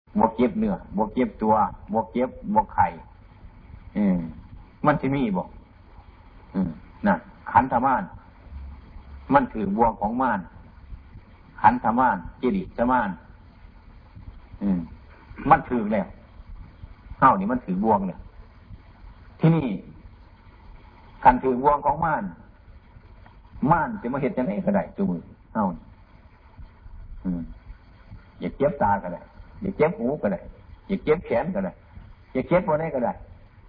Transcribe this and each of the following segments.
บ่เจ็บเนื้อบ่เจ็บตัวบ่เจ็บบ่ไข้มันสิมีบ่น่ะขันธม่านมันถือบ่วงของม่านขันธม่านจิริสม่านมันถือแล้วเฮานี่มันถือบ่วงเนี่ยที่นี่คันถือบ่วงของม่านจะมาเฮ็ดจังได๋ก็ได้จุมือเฮาอย่าเจ็บตาก็ได้อย่าเจ็บหูก็ได้อย่าเจ็บแขนก็ได้อย่าเจ็บบ่ได้ก็ได้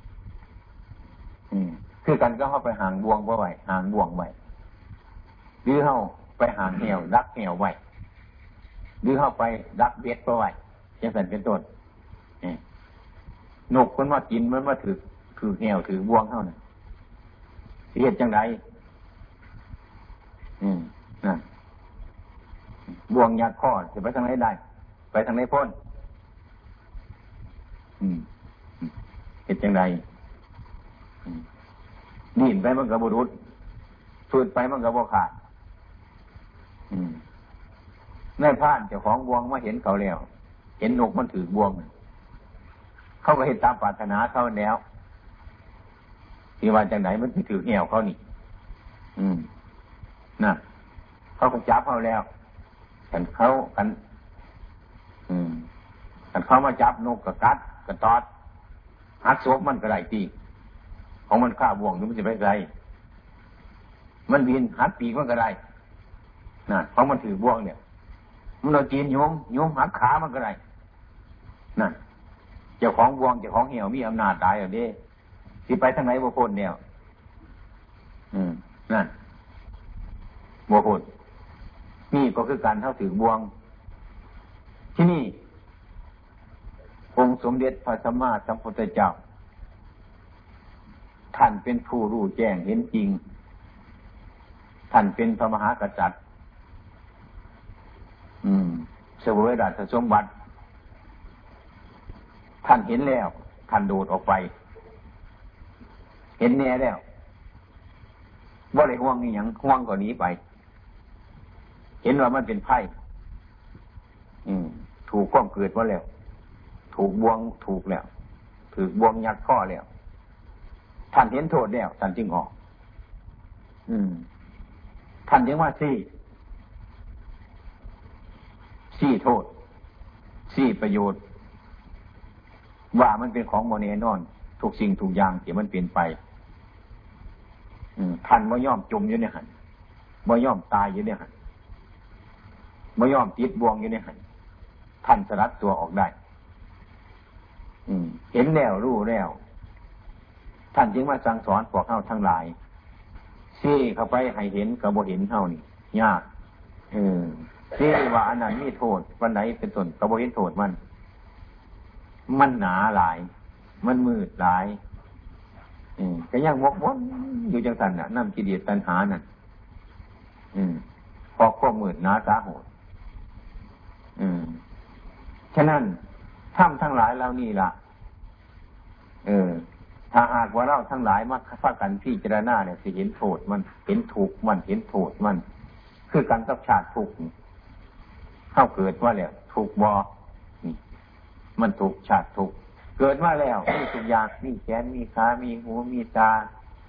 คือกันก็เฮาไปหางบ่วงบ่ไว้หางบ่วงไว้หรือเฮาไปหางแหวรักแหวไว้หรือเฮาไปรักเบ็ดบ่ไว้จังซั่นเป็นต้นนกมันมากินมันมาถือแหวถือบ่วงเฮาน่ะสิเฮ็ดจังได๋นั่นบ่วงยัดคอสิไปทางไหนได้ไปทางไหนพ้นเฮ็ดจังได๋ดิ้นไปมันก็บ่รุดฝืดไปมันก็บ่ขาดนายพรานเจ้าของบ่วงมาเห็นเขาแล้วเห็นนกมันถือบ่วงเขาก็เฮ็ดตามปรารถนาเขาแล้วที่ว่าจังได๋มันสิถือแหวเขานี่น่ะเขาก็จับเขาแล้วกันเขามาจับนกก็กัดก็ตอดหักศพมันก็ได้ตีของมันฆ่าบ่วงอยู่มันสิไปไกลมันบินหักปีกมันก็ได้น่ะของมันถือบ่วงเนี่ยมันเอาจีนโยมหักขามันก็ได้นั่นเจ้าของบ่วงเจ้าของเหี่ยวมีอำนาจตายเอาเด้สิไปทางไหนบ่พ้นแล้วนั่นบ่พ้นนี่ก็คือการเท่าถือบ่วงที่นี่องค์สมเด็จพระสัมมาสัมพุทธเจ้าท่านเป็นผู้รู้แจ้งเห็นจริงท่านเป็นพระมหากษัตริย์เสวยราชสมบัติท่านเห็นแล้วท่านโดดออกไปเห็นแน่แล้วบ่ได้ห่วงนี่หยังห่วงก็หนีไปเห็นว่ามันเป็นไผ่ถูกความเกิดมาแล้วถูกบ่วงถูกแล้วถือบ่วงยัดข้อแล้วท่านเห็นโทษแล้วท่านจึงออกท่านจึงว่าสี่โทษสี่ประโยชน์ว่ามันเป็นของโมเนนอนทุกสิ่งทุกอย่างที่มันเปลี่ยนไปท่านบ่ยอมจมอยู่ในหันบ่ยอมตายอยู่ในหันบ่ยอมติดบ่วงอยู่ในหันท่านสลัดตัวออกได้เห็นแล้วรู้แล้วท่านจึงมาสั่งสอนพวกเฮาทั้งหลายซี่เข้าไปให้เห็นก็บ่เห็นเฮานี่ยากซี่ว่าอันนั้นมีโทษวันไหนเป็นต้นก็บ่เห็นโทษมันหนาหลายมันมืดหลายก็ยังวกวนอยู่จังซั่นน่ะนำกิเลสตัณหานั่นพอความมืดหนาสาโหดฉะนั้นถ้ำทั้งหลายเหล่านี้ล่ะถ้าหากว่าเราทั้งหลายมาพากันพิจารณาเนี่ยสิเห็นโทษมันเห็นทุกข์มันเห็นโทษมันคือการกับชาติทุกข์เข้าเกิดว่าแล้วทุกข์บ่นี่มันทุกข์ชาติทุกข์เกิดมาแล้วมีทุกอย่างมีแขนมีขามีหูมีตา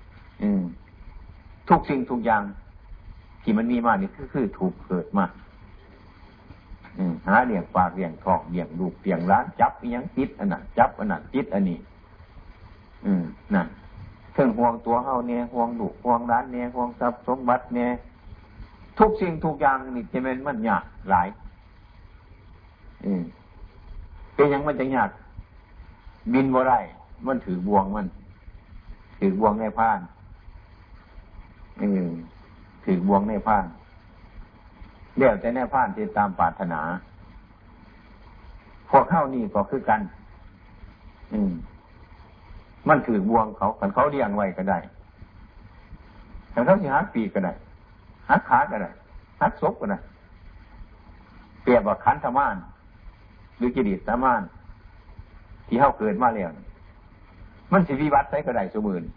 ทุกสิ่งทุกอย่างที่มันมีมานี่คือถูกเกิดมาหาเลี้ยงปากเลี้ยงท้องเลี้ยงลูกเลี้ยงหลานจับอีหยังจิตอันนั้นจับอันนั้นจิตอันนี้นั่นเพิ่งห่วงตัวเฮาเนี่ยห่วงลูกห่วงหลานเนี่ยห่วงทรัพย์สมบัติเนี่ยทุกสิ่งทุกอย่างนี่จะเป็นมันยากหลายเป็นหยังมันจะยากบินบ่ได้มันถือบ่วงมันถือบ่วงในพานถือบ่วงในพานเดี๋ยวแต่ในพานที่ตามปรารถนาพวกเข้านี่ก็คือกันมันถือบ่วงเขาขันเขาเลี้ยงไว้ก็ได้ขันเขาสิหักปีกก็ได้หักขาก็ได้หักศพก็ได้เปรียบว่าขันธม่านหรือจิริสม่านที่เขาเกิดมาแล้วมันสิวิวัฒน์ใช้ก็ได้สมื่น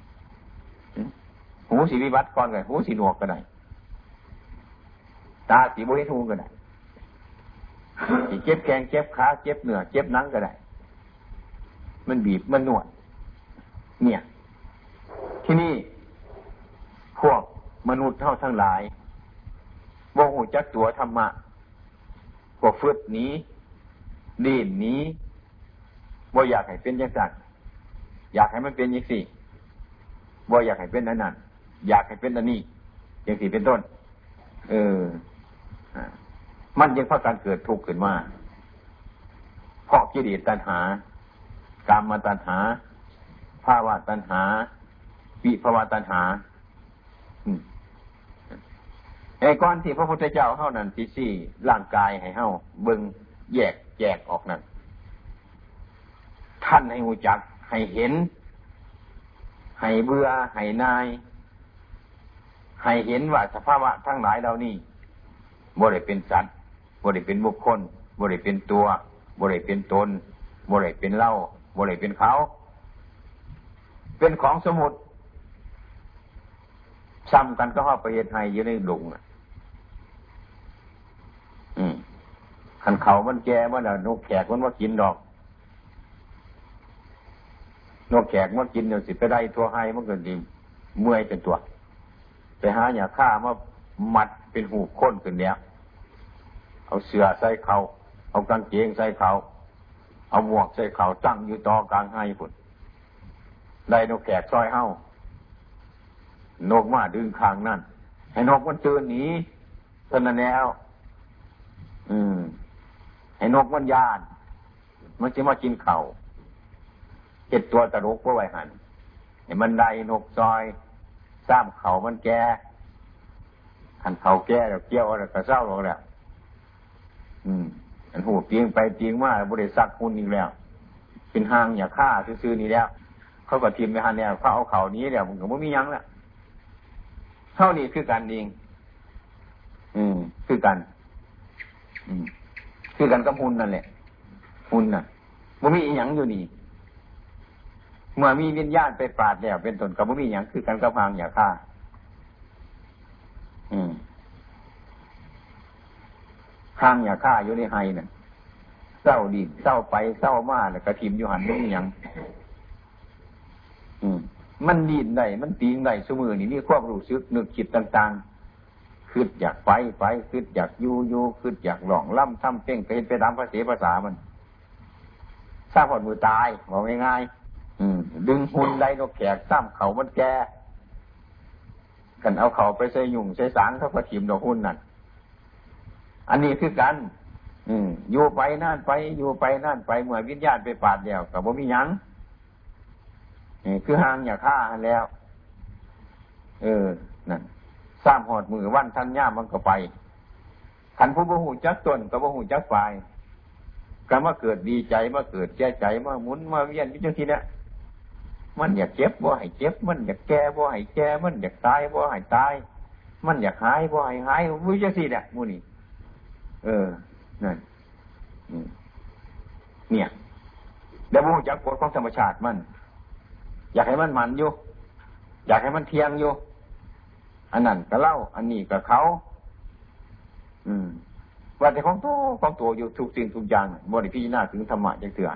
หูสิวิวัฒน์ก่อนก็ได้หูสิหนวกก็ได้ตาสีบ่เห็นหูก็ได้เจ็บแขนเจ็บขาเจ็บเนื้อเจ็บหนังก็ได้มันบีบมันนวดเนี่ยที่นี่พวกมนุษย์เท่าทั้งหลายบ่ฮู้จักตัวธรรมะพวกฟึดหนีดิ้นหนีบ่อยากให้เป็นจังซั่นอยากให้มันเป็นจังซี่บ่อยากให้เป็นอันนั้นอยากให้เป็นอันนี้จังซี่เป็นต้นมันยังพากันเกิดทุกข์ขึ้นมาเพราะกิเลสตัณหากามตัณหาภาวะตัณหาวิภาวะตัณหาไอ้ก้อนที่พระพุทธเจ้าเฮานั้นที่สี่ร่างกายให้เฮาเบิ่งแยกออกนั่นท่านให้รู้จักให้เห็นให้เบื่อให้นายให้เห็นว่าสภาวะทั้งหลายเหล่านี้บ่ได้เป็นสัตว์บ่ได้เป็นบุคคลบ่ได้เป็นตัวบ่ได้เป็นตนบ่ได้เป็นเราบ่ได้เป็นเขาเป็นของสมมุติซ้ำกันก็เข้าไปเฮ็ดให้อยู่ในดงคันเขามันแก่มันนกแขกมันว่ากินดอกนกแขกมันกินเดี๋ยวสิไปได้ตัวให้มันก็ดีเมื่อยเป็นตัวไปหาหญ้าฆ่ามามัดเป็นหูค้นขึ้นแล้วเอาเสื้อใส่เขาเอากางเกงใส่เขาเอาหมวกใส่เขาตั้งอยู่ต่อกลางให้พุ่นได้นกแขกซอยเฮานกมาดึงคางนั่นให้นกมันตื่นหนีเท่านั้นแล้วให้นกมันย่านมันจะมากินเข่าเจ็ดตัวตะลุกไว้ไว้หันให้มันได้นกซอยซ้ำเข่ามันแก่ขันเข่าแก่แล้วเกี่ยวแล้วก็เศร้าลงแล้วอันหูเตียงไปเตียงมาบริษัทคุณอีกแล้วเป็นห้างอย่าฆ่าซื้อๆนี่แล้วเขาก็ทีมไปหันแล้วเขาเอาเข่านี้แล้วมันก็ไม่มียั้งแล้วเท่านี้คือการเองคือกันคือกันกับหุ่นนั่นแหละหุ่นน่ะบ่มีอีหยังอยู่นี่เมื่อมีวิญญาณไปปราดแล้วเป็นต้นก็บ่มีหยังคือกันกับหางอย่าฆ่าหางอย่าฆ่าอยู่ในไห้น่ะเศร้าดิเศร้าไปเศร้ามาแล้วก็ทิ่มอยู่หันบ่มีหยังมันดิ้นได้มันตีงได้ซุมื้อนี้มีความรู้สึกนึกคิดต่างๆคิดอยากไปคิดอยากอยู่คิดอยากหลองล่ำทำเพ่งไปเฮ็ดไปตามภาษามันสร้างหดมือตายบอกง่ายๆดึงหุ่นได้นกแขกซ้ำเขามันแก่กันเอาเขาไปใส่ยุ่งใส่สางเขาก็ถิ่มดอกหุ่นนั่นอันนี้คือกันอยู่ไปนั่นไปอยู่ไปนั่นไปเมื่อวิญญาณไปปาดแล้วก็บ่มีหยังคือห่างอย่าฆ่าแล้วนั่นสร้างหอดมือวันทันย่ามันก็ไปขันผู้บ่หูจักตนก็บ่หูจักฝ่ายก็มาเกิดดีใจมาเกิดแก่ใจมาหมุนมาเวียนวิจังทีเนี่ยมันอยากเจ็บบ่ให้เจ็บมันอยากแก่บ่ให้แก่มันอยากตายบ่ให้ตายมันอยากหายบ่ให้หายวิจังทีเนี่ยมูนี่นั่นเนี่ยเดี๋ยวบ่หูจักกฎของธรรมชาติมันอยากให้มันอยู่อยากให้มันเที่ยงอยู่อันนั้นก็เล่าอันนี้ก็เขาว่าแต่ของตัวอยู่ทุกสิ่งทุกอย่างบ่ได้พิจารณาถึงธรรมะจังเถื่อ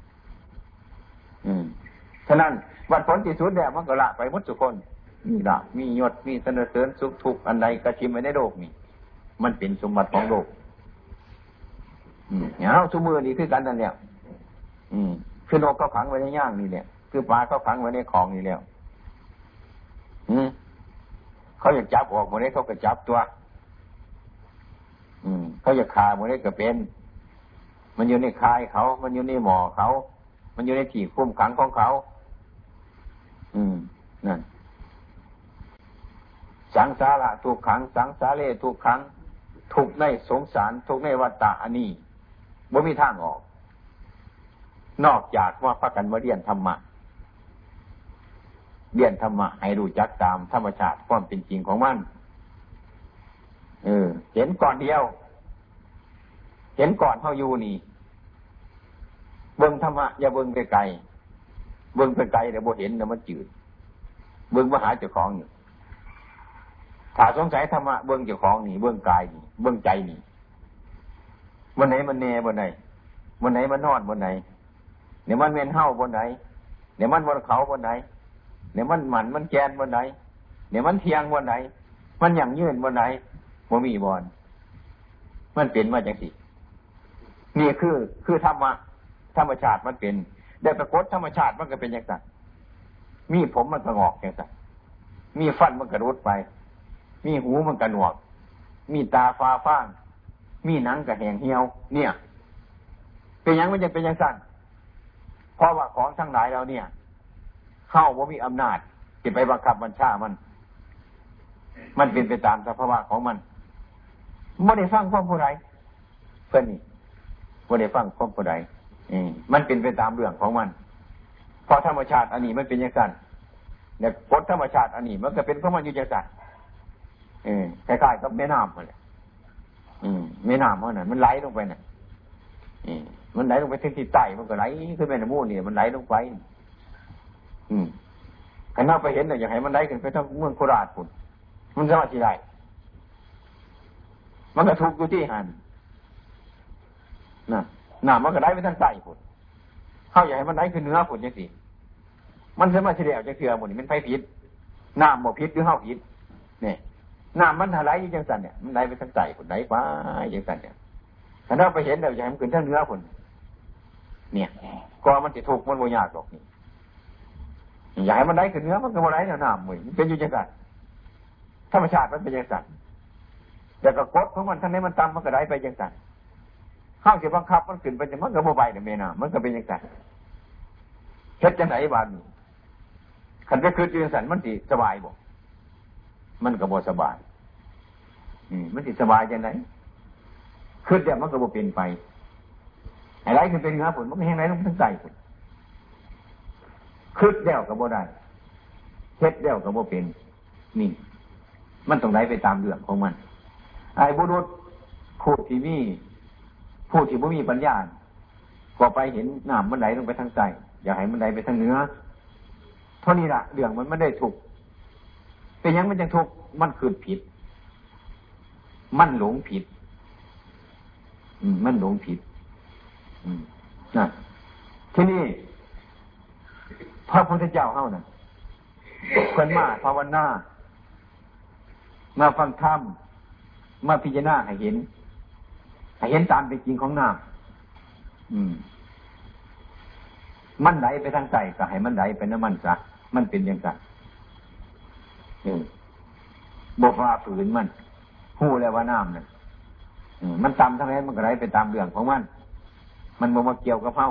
ฉะนั้นวันผลที่สุดแล้วมันก็ละไปหมดทุกคนมีลาภมียศมีสรรเสริญสุขทุกข์อันใดก็ชิมไว้ในโลกนี่มันเป็นสมบัติของโลกเนี่ยเอาทุกมือนี่คือกันนั่นแหละคือนกเขาขังไว้ในย่างนี่แหละคือปลาเขาขังไว้ในของนี่แล้วเขาอยากจับออกหมดเลยเขาก็จับตัวเขาอยากฆ่าหมดเลยก็เป็นมันอยู่ในคายเขามันอยู่ในหม้อเขามันอยู่ในที่คุมขังของเขานั่นสังสาระทุกขังสังสาเรทุกขังทุกในสงสารทุกในวัฏฏะอันนี้บ่มีทางออกนอกจากว่าพากันมาเรียนธรรมะให้รู้จักตามธรรมชาติความเป็นจริงของมันเห็นก่อนเดียวเห็นก่อนเฮาอยู่นี่เบิ่งธรรมะอย่าเบิ่งไกลๆเบิ่งไกลๆแต่บ่เห็นแล้วมันจืดเบิ่งบ่หาเจ้าของนี่ถ้าสงสัยธรรมะเบิ่งเจ้าของนี่เบิ่งกายนี่เบิ่งใจนี่บนไหนมันแน่บนไหนบนไหนมันนอนบนไหนเดี๋ยวมันเวียนเห่าบนไหนเดี๋ยวมันบนเขาบนไหนเดี๋ยวมันหมันมันแกนบนไหนเดี๋ยวมันเทียงบนไหนมันอย่างยืนบนไหนบ่มีบอนมันเป็นมาจากสินี่คือธรรมชาติมันเป็นได้ปรากฏธรรมชาติมันก็เป็นอย่างนั้นมีผมมันก็งอกอย่างนั้นมีฟันมันก็รุดไปมีหูมันก็หนวกมีตาฟ้าฟางมีหนังก็แห้งเหี่ยวเนี่ยเป็นอย่างมันจะเป็นอย่างนั้นเพราะว่าของทั้งหลายเราเนี่ยเข้าว่ามีอำนาจจะไปบังคับบัญชามันเป็นไปตามสภาวะของมันไม่ได้ฟังความผู้ใดเพื่อนนี่ไม่ได้ฟังความผู้ใดมันเป็นไปตามเรื่องของมันเพราะธรรมชาติอันนี้มันเป็นอย่างนั้นเนี่ยกฎธรรมชาติอันนี้มันก็เป็นของมันอยู่อย่างนั้นคล้ายๆกับแม่น้ำมันแหละแม่น้ำมันน่ะมันไหลลงไปน่ะมันไหลลงไปถึงที่ใต้มันก็ไหลขึ้นแม่น้ำมูลนี่มันไหลลงไปขันเราไปเห็นเนี่ยอยากให้มันไหลขึ้นไปทั้งเมืองโคราชพุ่นมันจะมาที่ไรมันก็ถูกอยู่ที่หันน้ำมันก็ไหลไปทั้งใต้พุ่นเขาอยากให้มันไหลขึ้นเหนือพุ่นจังสิมันจะมาที่เดียวจะเถื่อหมดนี่มันไปผิดน้ำบ่ผิดหรือเฮาผิดเนี่ยน้ำมันไหลจังสันเนี่ยมันไหลไปทั้งใต้พุ่นไหลไปจังสันเนี่ยขันเราไปเห็นเนี่ยอยากให้มันขึ้นทั้งเหนือพุ่นเนี่ยก็มันจะถูกมันบ่ยากหรอกนี่อยากให้มันไหลขึ้นเหนือมันก็บ่ไหลน้ำมันเป็นอยู่จังสันธรรมชาติมันเป็นอย่างนั้นแต่ก็กฎของมันทั้งนี้มันต่ำมันก็ได้ไปอย่างนั้นข้าวเสียบังคับมันขึ้นไปจะมันก็บ่ไปเนี่ยเมน่ามันก็เป็นอย่างนั้นเฮ็ดจังไหนบ้านขันไปคืออย่างนั้นมันสิสบายบ่มันก็บ่สบายมันสิสบายจังไหนคือเดี๋ยวมันก็บ่เป็นไปอะไรคือเป็นเนื้อผลมันก็แห้งไหนลงทั้งใจผลคือเดี๋ยวก็บ่ได้เฮ็ดเดี๋ยวก็บ่เป็นนี่มันต้องไหลไปตามเรื่องของมันไอ้บุรุษผู้ที่บ่มีปัญญาก็ไปเห็นน้ำมันไหลลงไปทางใต้อยากให้มันไหลไปทางเหนือเท่านี้ล่ะเรื่องมันไม่ได้ถูกเป็นยังมันจังถูกมันคือผิดมันหลงผิดมันหลงผิดนะทีนี้พระพุทธเจ้าเฮาน่ะเพิ่นมาภาวนามาฟังธรรมมาพิจารณาให้เห็นตามเป็นจริงของน้ำมันไหลไปทางใต้ก็ให้มันไหลไปน้ำมันซะมันเป็นอย่างนั้นบ่ฟ้าฝืนมันฮู้แล้วว่าน้ำน่ะมันต่ำทั้งนั้นมันก็ไหลไปตามเรื่องของมันบ่มาเกี่ยวกับเฮา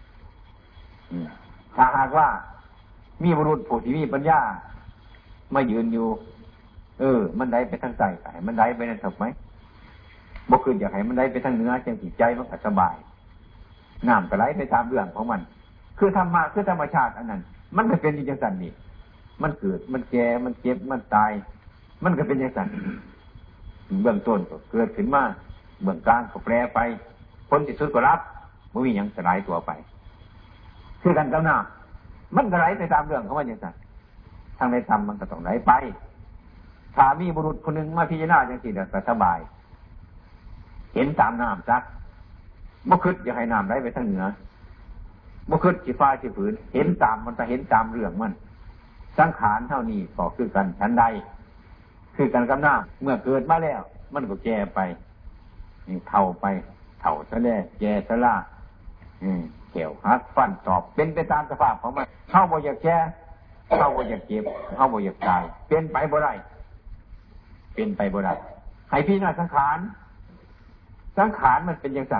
ถ้าหากว่ามีบุรุษผู้ที่มีปัญญามายืนอยู่มันไหลไปทางใต้ก็ให้มันไหลไปนั่นถูกไหมบ่คืออยากให้มันไหลไปทางเหนือจังสิใจมันก็สบายน้ำก็ไหลไปตามเรื่องของมันคือธรรมะคือธรรมชาติอันนั้นมันก็เป็นอย่างนั้นนี่มันเกิดมันแก่มันเจ็บมันตายมันก็เป็นอย่างนั้นเบื้องต้นก็เกิดขึ้นมาเบื้องกลางก็แปรไปผลที่สุดก็รับไม่มีหยังสลายตัวไปคือกันกับน้ำมันก็ไหลไปตามเรื่องของมันอย่างนั้นทางในธรรมมันก็ต้องไหลไปถ้ามีบุรุษคนหนึ่งมาพิจารณาอย่างนี้ก็สบายเห็นตามน้ำซักบ่คิดอยากให้น้ำไหลไปทางเหนือบ่คิดสิฟ้าสิฝืนเห็นตามมันจะเห็นตามเรื่องมันสังขารเท่านี้ก็คือกันชั้นใดคือกันกับน้ำเมื่อเกิดมาแล้วมันก็แก่ไปนี่เท่าไปเท่าซะแล้วแก่ซะล่าเขียวหักฟันตอบเป็นไปตามสภาพของมันเฮาบ่อยากแก่เฮาบ่อยากเจ็บเฮาบ่อยากตายเป็นไปบ่ได้เป็นไปบ่ได้ให้พิจารณาสังขารมันเป็นอย่างไร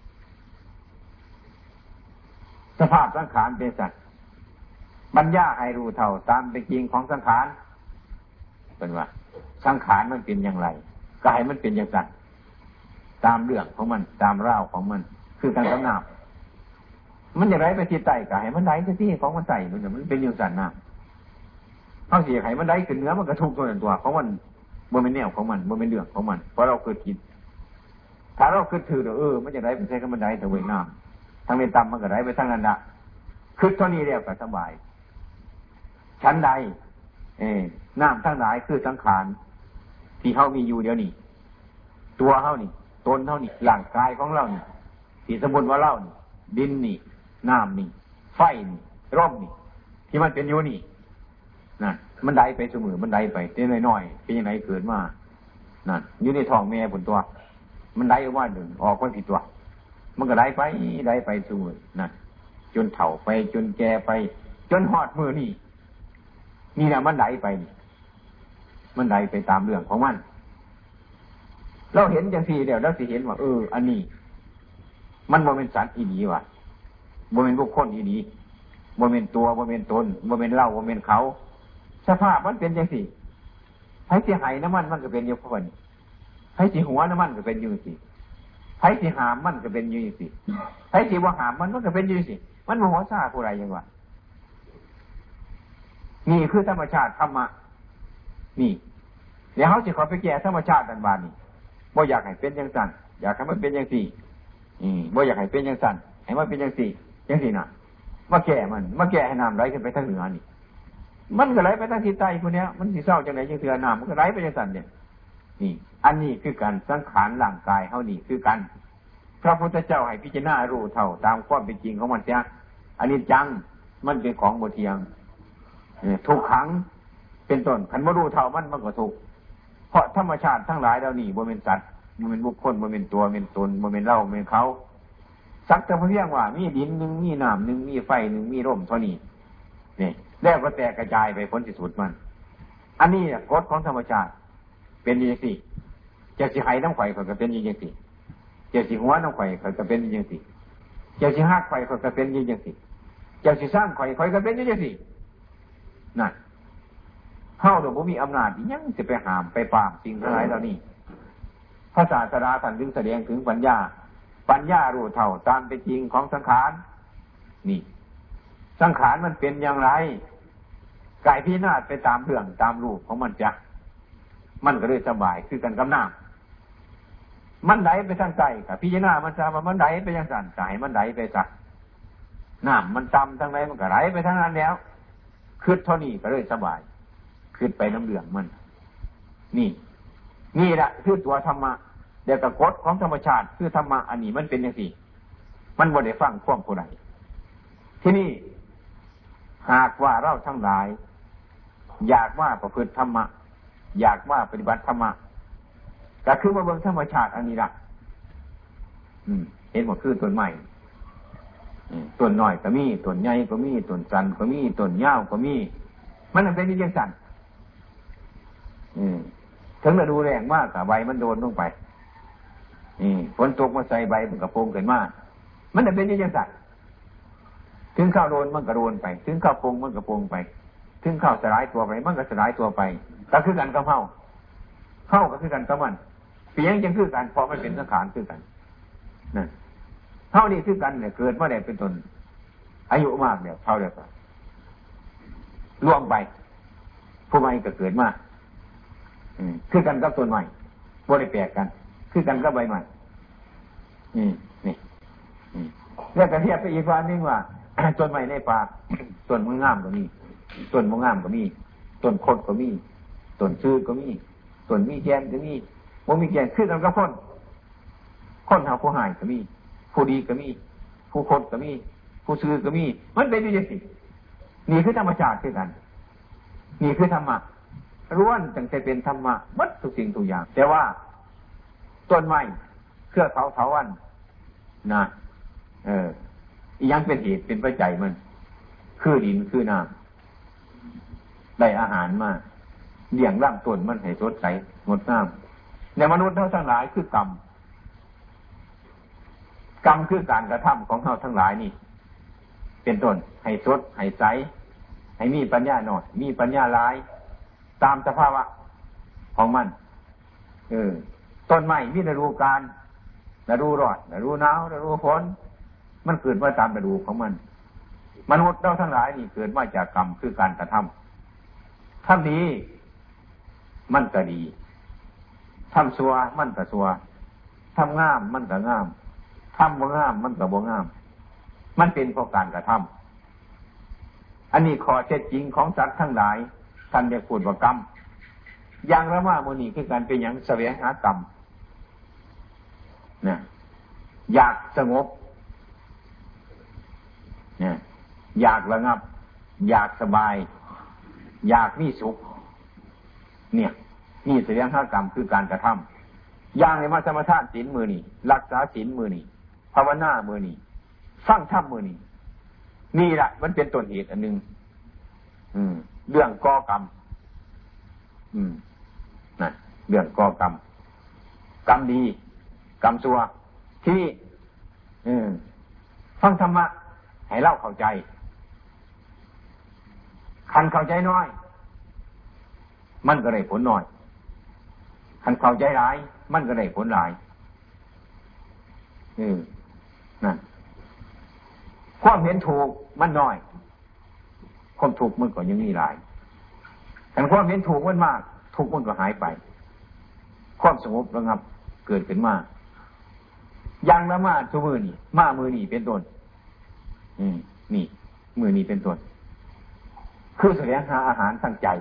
สภาพสังขารเป็นสัตว์ปัญญาให้รู้เท่าตามเป็นจริงของสังขารเป็นว่าสังขารมันเป็นอย่างไรกายมันเป็นอย่างไรตามเรื่องของมันตามร่าวของมันคือการกำนาบมันจะไหลไปที่ใต้กายมันไหลไปที่ของมันใต้มันเป็นอย่างนั้นน้ำเขาเสียไขมันไหลขึ้นเนื้อมันกระทุกตัวหนึ่งตัวของมันบนเป็นแนวของมันบนเป็นเรื่องของมันเพราะเราเกิดคิดถ้าเราคิดถือมันจะไหลไปใช้กับมันไหลแต่เวน้ำทางในต่ำมันก็ไหลไปทางนั้นละคิดเท่านี้เรียกว่าสบายชั้นใดน้ำทั้งหลายคือสังขารที่เขามีอยู่เดี๋ยวนี้ตัวเขานี่ตนเท่านี้ร่างกายของเรานี่ที่สมบูรณ์ว่าเรานี่ดินนี่น้ำนี่ไฟนี่ร่มนี่ที่มันเป็นอยู่นี่นะมันได้ไปเสมอมันได้ไปเต้นน้อยๆเป็นยังไงเกิดมานั่นอยู่ในท้องแม่ผลตัวมันได้ว่าหนึ่งออกไปผิดตัวมันก็ได้ไปเสมอนั่นจนเฒ่าไปจนแก่ไปจนหอดมือนี่นะมันได้ไปมันได้ไปตามเรื่องของมันเราเห็นจังสี่เดี๋ยวเราสิเห็นว่าอันนี้มันบ่เป็นสัตว์อีดีว่ะบ่เป็นบุคคลอีดีบ่เป็นตัวบ่เป็นตนบ่เป็นเราบ่เป็นเขาสภาพมันเป็นจังสี่ไผสิหายน้ำมันก็เป็นอยู่พวกนี้ไผสิหัวน้ำมันก็เป็นอยู่สิไผสิหามมันก็เป็นอยู่สิไผสิบ่หามมันก็เป็นอยู่สิมันบ่หัวซ่าผู้ใดยังวะนี่คือธรรมชาติธรรมะนี่เดี๋ยวเขาสิขอไปแก้ธรรมชาติดันบานนี่บ่อยากให้เป็นจังสั่นอยากให้มันเป็นจังสี่บ่อยากให้เป็นจังสั่นให้มันเป็นจังสี่จังสี่น่ะมาแก้ให้น้ำไหลขึ้นไปทางเหนือนี่มันก็ไหลไปทางทิศใต้พวกเนี้ยมันสิเศร้าจังไหนจังเสือน้ำมันก็ไหลไปจังสั่นเนี่ยนี่อันนี้คือการสังขารร่างกายเฮานี่คือกันพระพุทธเจ้าให้พิจารณารู้เท่าตามความเป็นจริงของมันเสียอันนี้จังมันเป็นของบ่เที่ยงทุกขังเป็นต้นคันบ่รู้เท่ามันก็ทุกข์เพราะธรรมชาติทั้งหลายแล้วนี่บ่เป็นสัตว์บ่เป็นบุคคลบ่เป็นตัวเป็นตนบ่เป็นเราบ่เป็นเขาสักแต่เพียงว่ามีดินนึงมีน้ำนึงมีไฟนึงมีลมเท่านี้นี่แล้วก็แตกกระจายไปพ้นที่สุดมันอันนี้กฎของธรรมชาติเป็นอย่างนี้จะสิไหน้ำไข่ก็เป็นอย่างนี้จะสิหัวน้ำไข่ก็เป็นอย่างนี้จะสิหักไข่ก็เป็นอย่างนี้จะสิสร้างไข่ก็เป็นอย่างนี้นั่นเฮาบ่มีอำนาจยังสิไปห้ามไปปรามสิ่งทั้งหลายเหล่านี้พระศาสดาท่านจึงแสดงถึงปัญญารู้เท่าตามเป็นจริงของสังขารนี่สังขารมันเป็นอย่างไรกายพิจารณาไปตามเรื่องตามรูปของมันมันก็เลยสบายคือกันกับน้ำมันไหลไปทางใจกับพิจารณามันจะมันไหลไปอย่างสั่นใจมันไหลไปสักน้ำมันต่ำทางไหนมันก็ไหลไปทางนั้นแล้วคืดเท่านี้ก็เลยสบายคืดไปน้ำเหลืองมันนี่แหละคือตัวธรรมะเดี๋ยวกับกฎของธรรมชาติคือธรรมะอันนี้มันเป็นอย่างสี่มันบ่ได้ฟังความผู้ใดที่นี่หากว่าเราทั้งหลายอยากว่าประพฤติธรรมะอยากว่าปฏิบัติธรรมะก็คือมาเบิ่งธรรมชาติอันนี้ละเห็นหมดคือต้นไม้ต้นน้อยก็มีต้นใหญ่ก็มีต้นสั้นก็มีต้นยาวก็มีมันเป็นนิยมสั้นถึงฤดูแรงมากกับใบมันโดนลงไปฝนตกมาใส่ใบมันกระโปงขึ้นมามันเป็นนิยมสั้นถึงข้าวโดนมันก็โดนไปถึงข้าวโปงมันก็โปงไปถึงข้าวสลายตัวไปมันก็สลายตัวไปก็คือกันกับเฮาก็คือกันกับมันเพียงจังคือกันเพราะมันเป็นสังขารคือกันนั่นเท่านี้คือกันเนี่ยเกิดมาได้เป็นตนอายุมากเนี่ยเท่าเดียวกันล่วงไปผู้ใหม่ก็เกิดมาคือกันกับต้นใหม่บ่ได้แปลกกันคือกันกับใบใหม่นี่แล้วก็เทียบไปอีกวันนึงว่าต้นใหม่ในป่าต้นมะงามก็มีต้นมะงามก็มีต้นโคตรก็มีต้นชื่อก็มีต้นมีแกนก็มีบ่มีแกนคือกันกับคนเฮาผู้หายก็มีผู้ดีก็มีผู้คนก็มีผู้ซื่อก็มีมันเป็นอยู่จังซี่นี่คือธรรมชาติคือกันนี่คือธรรมะล้วนตั้งแต่เป็นธรรมะหมดทุกสิ่งทุกอย่างแต่ว่าต้นไม้เครือเขาเถาวัลย์นะอีหยังเป็นเหตุเป็นปัจจัยมันคือดินคือน้ำได้อาหารมาเลี้ยงร่างต้นมันให้สดใสงดงามในมนุษย์ทั้งหลายคือกรรมคือการกระทำของเราทั้งหลายนี่เป็นต้นให้สดให้ใสให้มีปัญญาหน่อยมีปัญญาหลายตามสภาวะของมันต้นไม้มีฤดูกาลฤดูร้อนฤดูหนาวฤดูฝนมันเกิดมาตามฤดูของมันมนุษย์เราทั้งหลายนี่เกิดมาจากกรรมคือการกระทำดีมันก็ดีทำชั่วมันก็ชั่วทำงามมันก็งามทำบ่งามมันก็บ่งามมันเป็นเพราะการกระทำอันนี้ข้อเท็จจริงของสัตว์ทั้งหลายท่านเรียกพูดว่ากรรมอย่างละว่าโมนีคือการเป็นอย่างแสวงหากรรมนะอยากสงบเนี่ยอยากระงับอยากสบายอยากมีสุขเนี่ยนี่แสดง5 กรรมคือการกระทำอย่างในมาสมาทานศีลมือนี่รักษาศีลมือนี่ภาวนามือนี่ฟังธรรมมือนี่นี่แหละมันเป็นต้นเหตุอันหนึ่งเรื่องก่อกรรมนะเรื่องก่อกรรมกรรมดีกรรมชั่วที่ฟังธรรมะให้เล่าเข้าใจคันเข้าใจน้อยมันก็ได้ผลน้อยคันเข้าใจหลายมันก็ได้ผลหลายนั่นความเห็นถูกมันน้อยความถูกมันก็ยังมีหลายแต่ความเห็นถูกมันมากถูกมันก็หายไปความสงบระงับเกิดขึ้นมาอย่างละมาทุกมือนี่มามือนี่เป็นต้นนี่มือนี่เป็นต้นคือแสวงหาอาหารทางใจ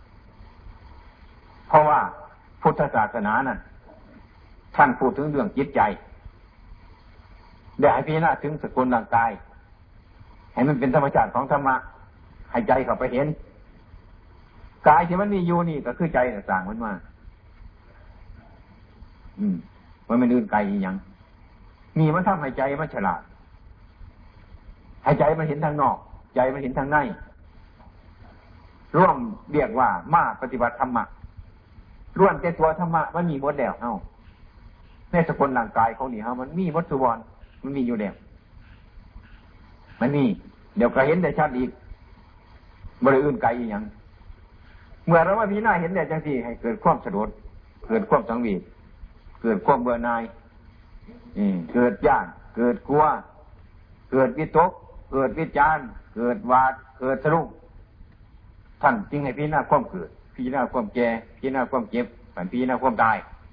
เพราะว่าพุทธศาสนานั้นท่านพูดถึงเรื่องจิตใจได้ให้พิจารณาถึงสกุลร่างกายให้มันเป็นธรรมชาติของธรรมะให้ใจเข้าไปเห็นกายที่มันมีอยู่นี่ก็คือใจต่างๆมันมามันไม่ลื่นไกลอย่างมีมันทำให้ใจมันฉลาดให้ใจมันเห็นทางนอกใจมันเห็นทางในร่วมเรียกว่ามาปฏิบัติธรรมะร่วมแต่ตัวธรรมะมันมีหมดแล้วในสกุลร่างกายของนี่มันมีวัตถุบอลมันมีอยู่แล้วมันมีเดี๋ยวก็เห็นได้ชัดอีกบริอื่นไกลอย่างเมื่อเรามาพิจารณาเห็นได้จังสี่ให้เกิดความสะดุดเกิดความสังเวชเกิดความเบื่อหน่ายเกิดย่านเกิดกลัวเกิดวิตกเกิดวิจารเกิดหวาดเกิดสะดุ้งท่านจึงให้พิจารณาความเกิดพิจารณาความแก่พิจารณาความเจ็บพิจารณาความตาย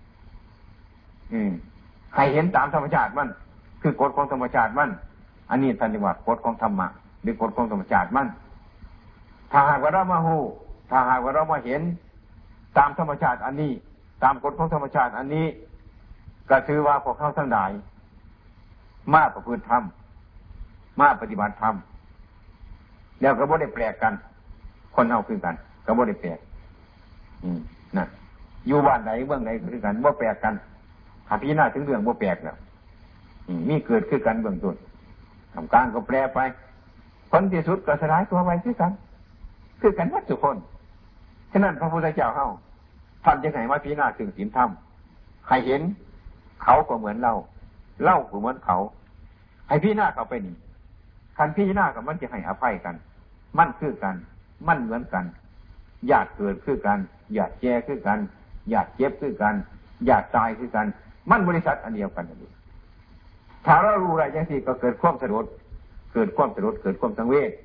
ให้เห็นตามธรรมชาติมันคือกฎของธรรมชาติมันอันนี้ท่านเรียกว่ากฎของธรรมะหรือกฎของธรรมชาติมันถ้าหากว่าเรามาหูถ้าหากว่าเรามาเห็นตามธรรมชาติอันนี้ตามกฎของธรรมชาติอันนี้ก็ถือว่าพวกเขาทั้งหลายมาประพฤติธรรมมาปฏิบัติธรรมแล้วก็บ่ได้แปลกกันคนเอาคือกันก็บ่ได้แปลกนั่นอยู่บ้านไหนเมืองไหนก็คือกันบ่แปลกกันหาพิจารณาถึงเรื่องบ่แปลกแล้วมีเกิดขึ้นกันเบื้องต้นทำกลางก็แปลไปผลที่สุดก็สลายตัวไปคือกันวัดทุกคนฉะนั้นพระพุทธเจ้าเฮาท่านจะไหนมาพิจารณาถึงศีลธรรมให้เห็นเขาก็เหมือนเราก็เหมือนเขาให้พิจารณาเขาไปนี่คันพิจารณากับมันจะให้อภัยกันมันคือกันมันเหมือนกันอยากเกิดคือกันอยากแก่คือกันอยากเจ็บคือกันอยากตายคือกันมันบริษัทอันเดียวกันนี่ถ้าเรารู้อะไรอย่างนี้ก็เกิดความสะดุดเกิดความสังเวช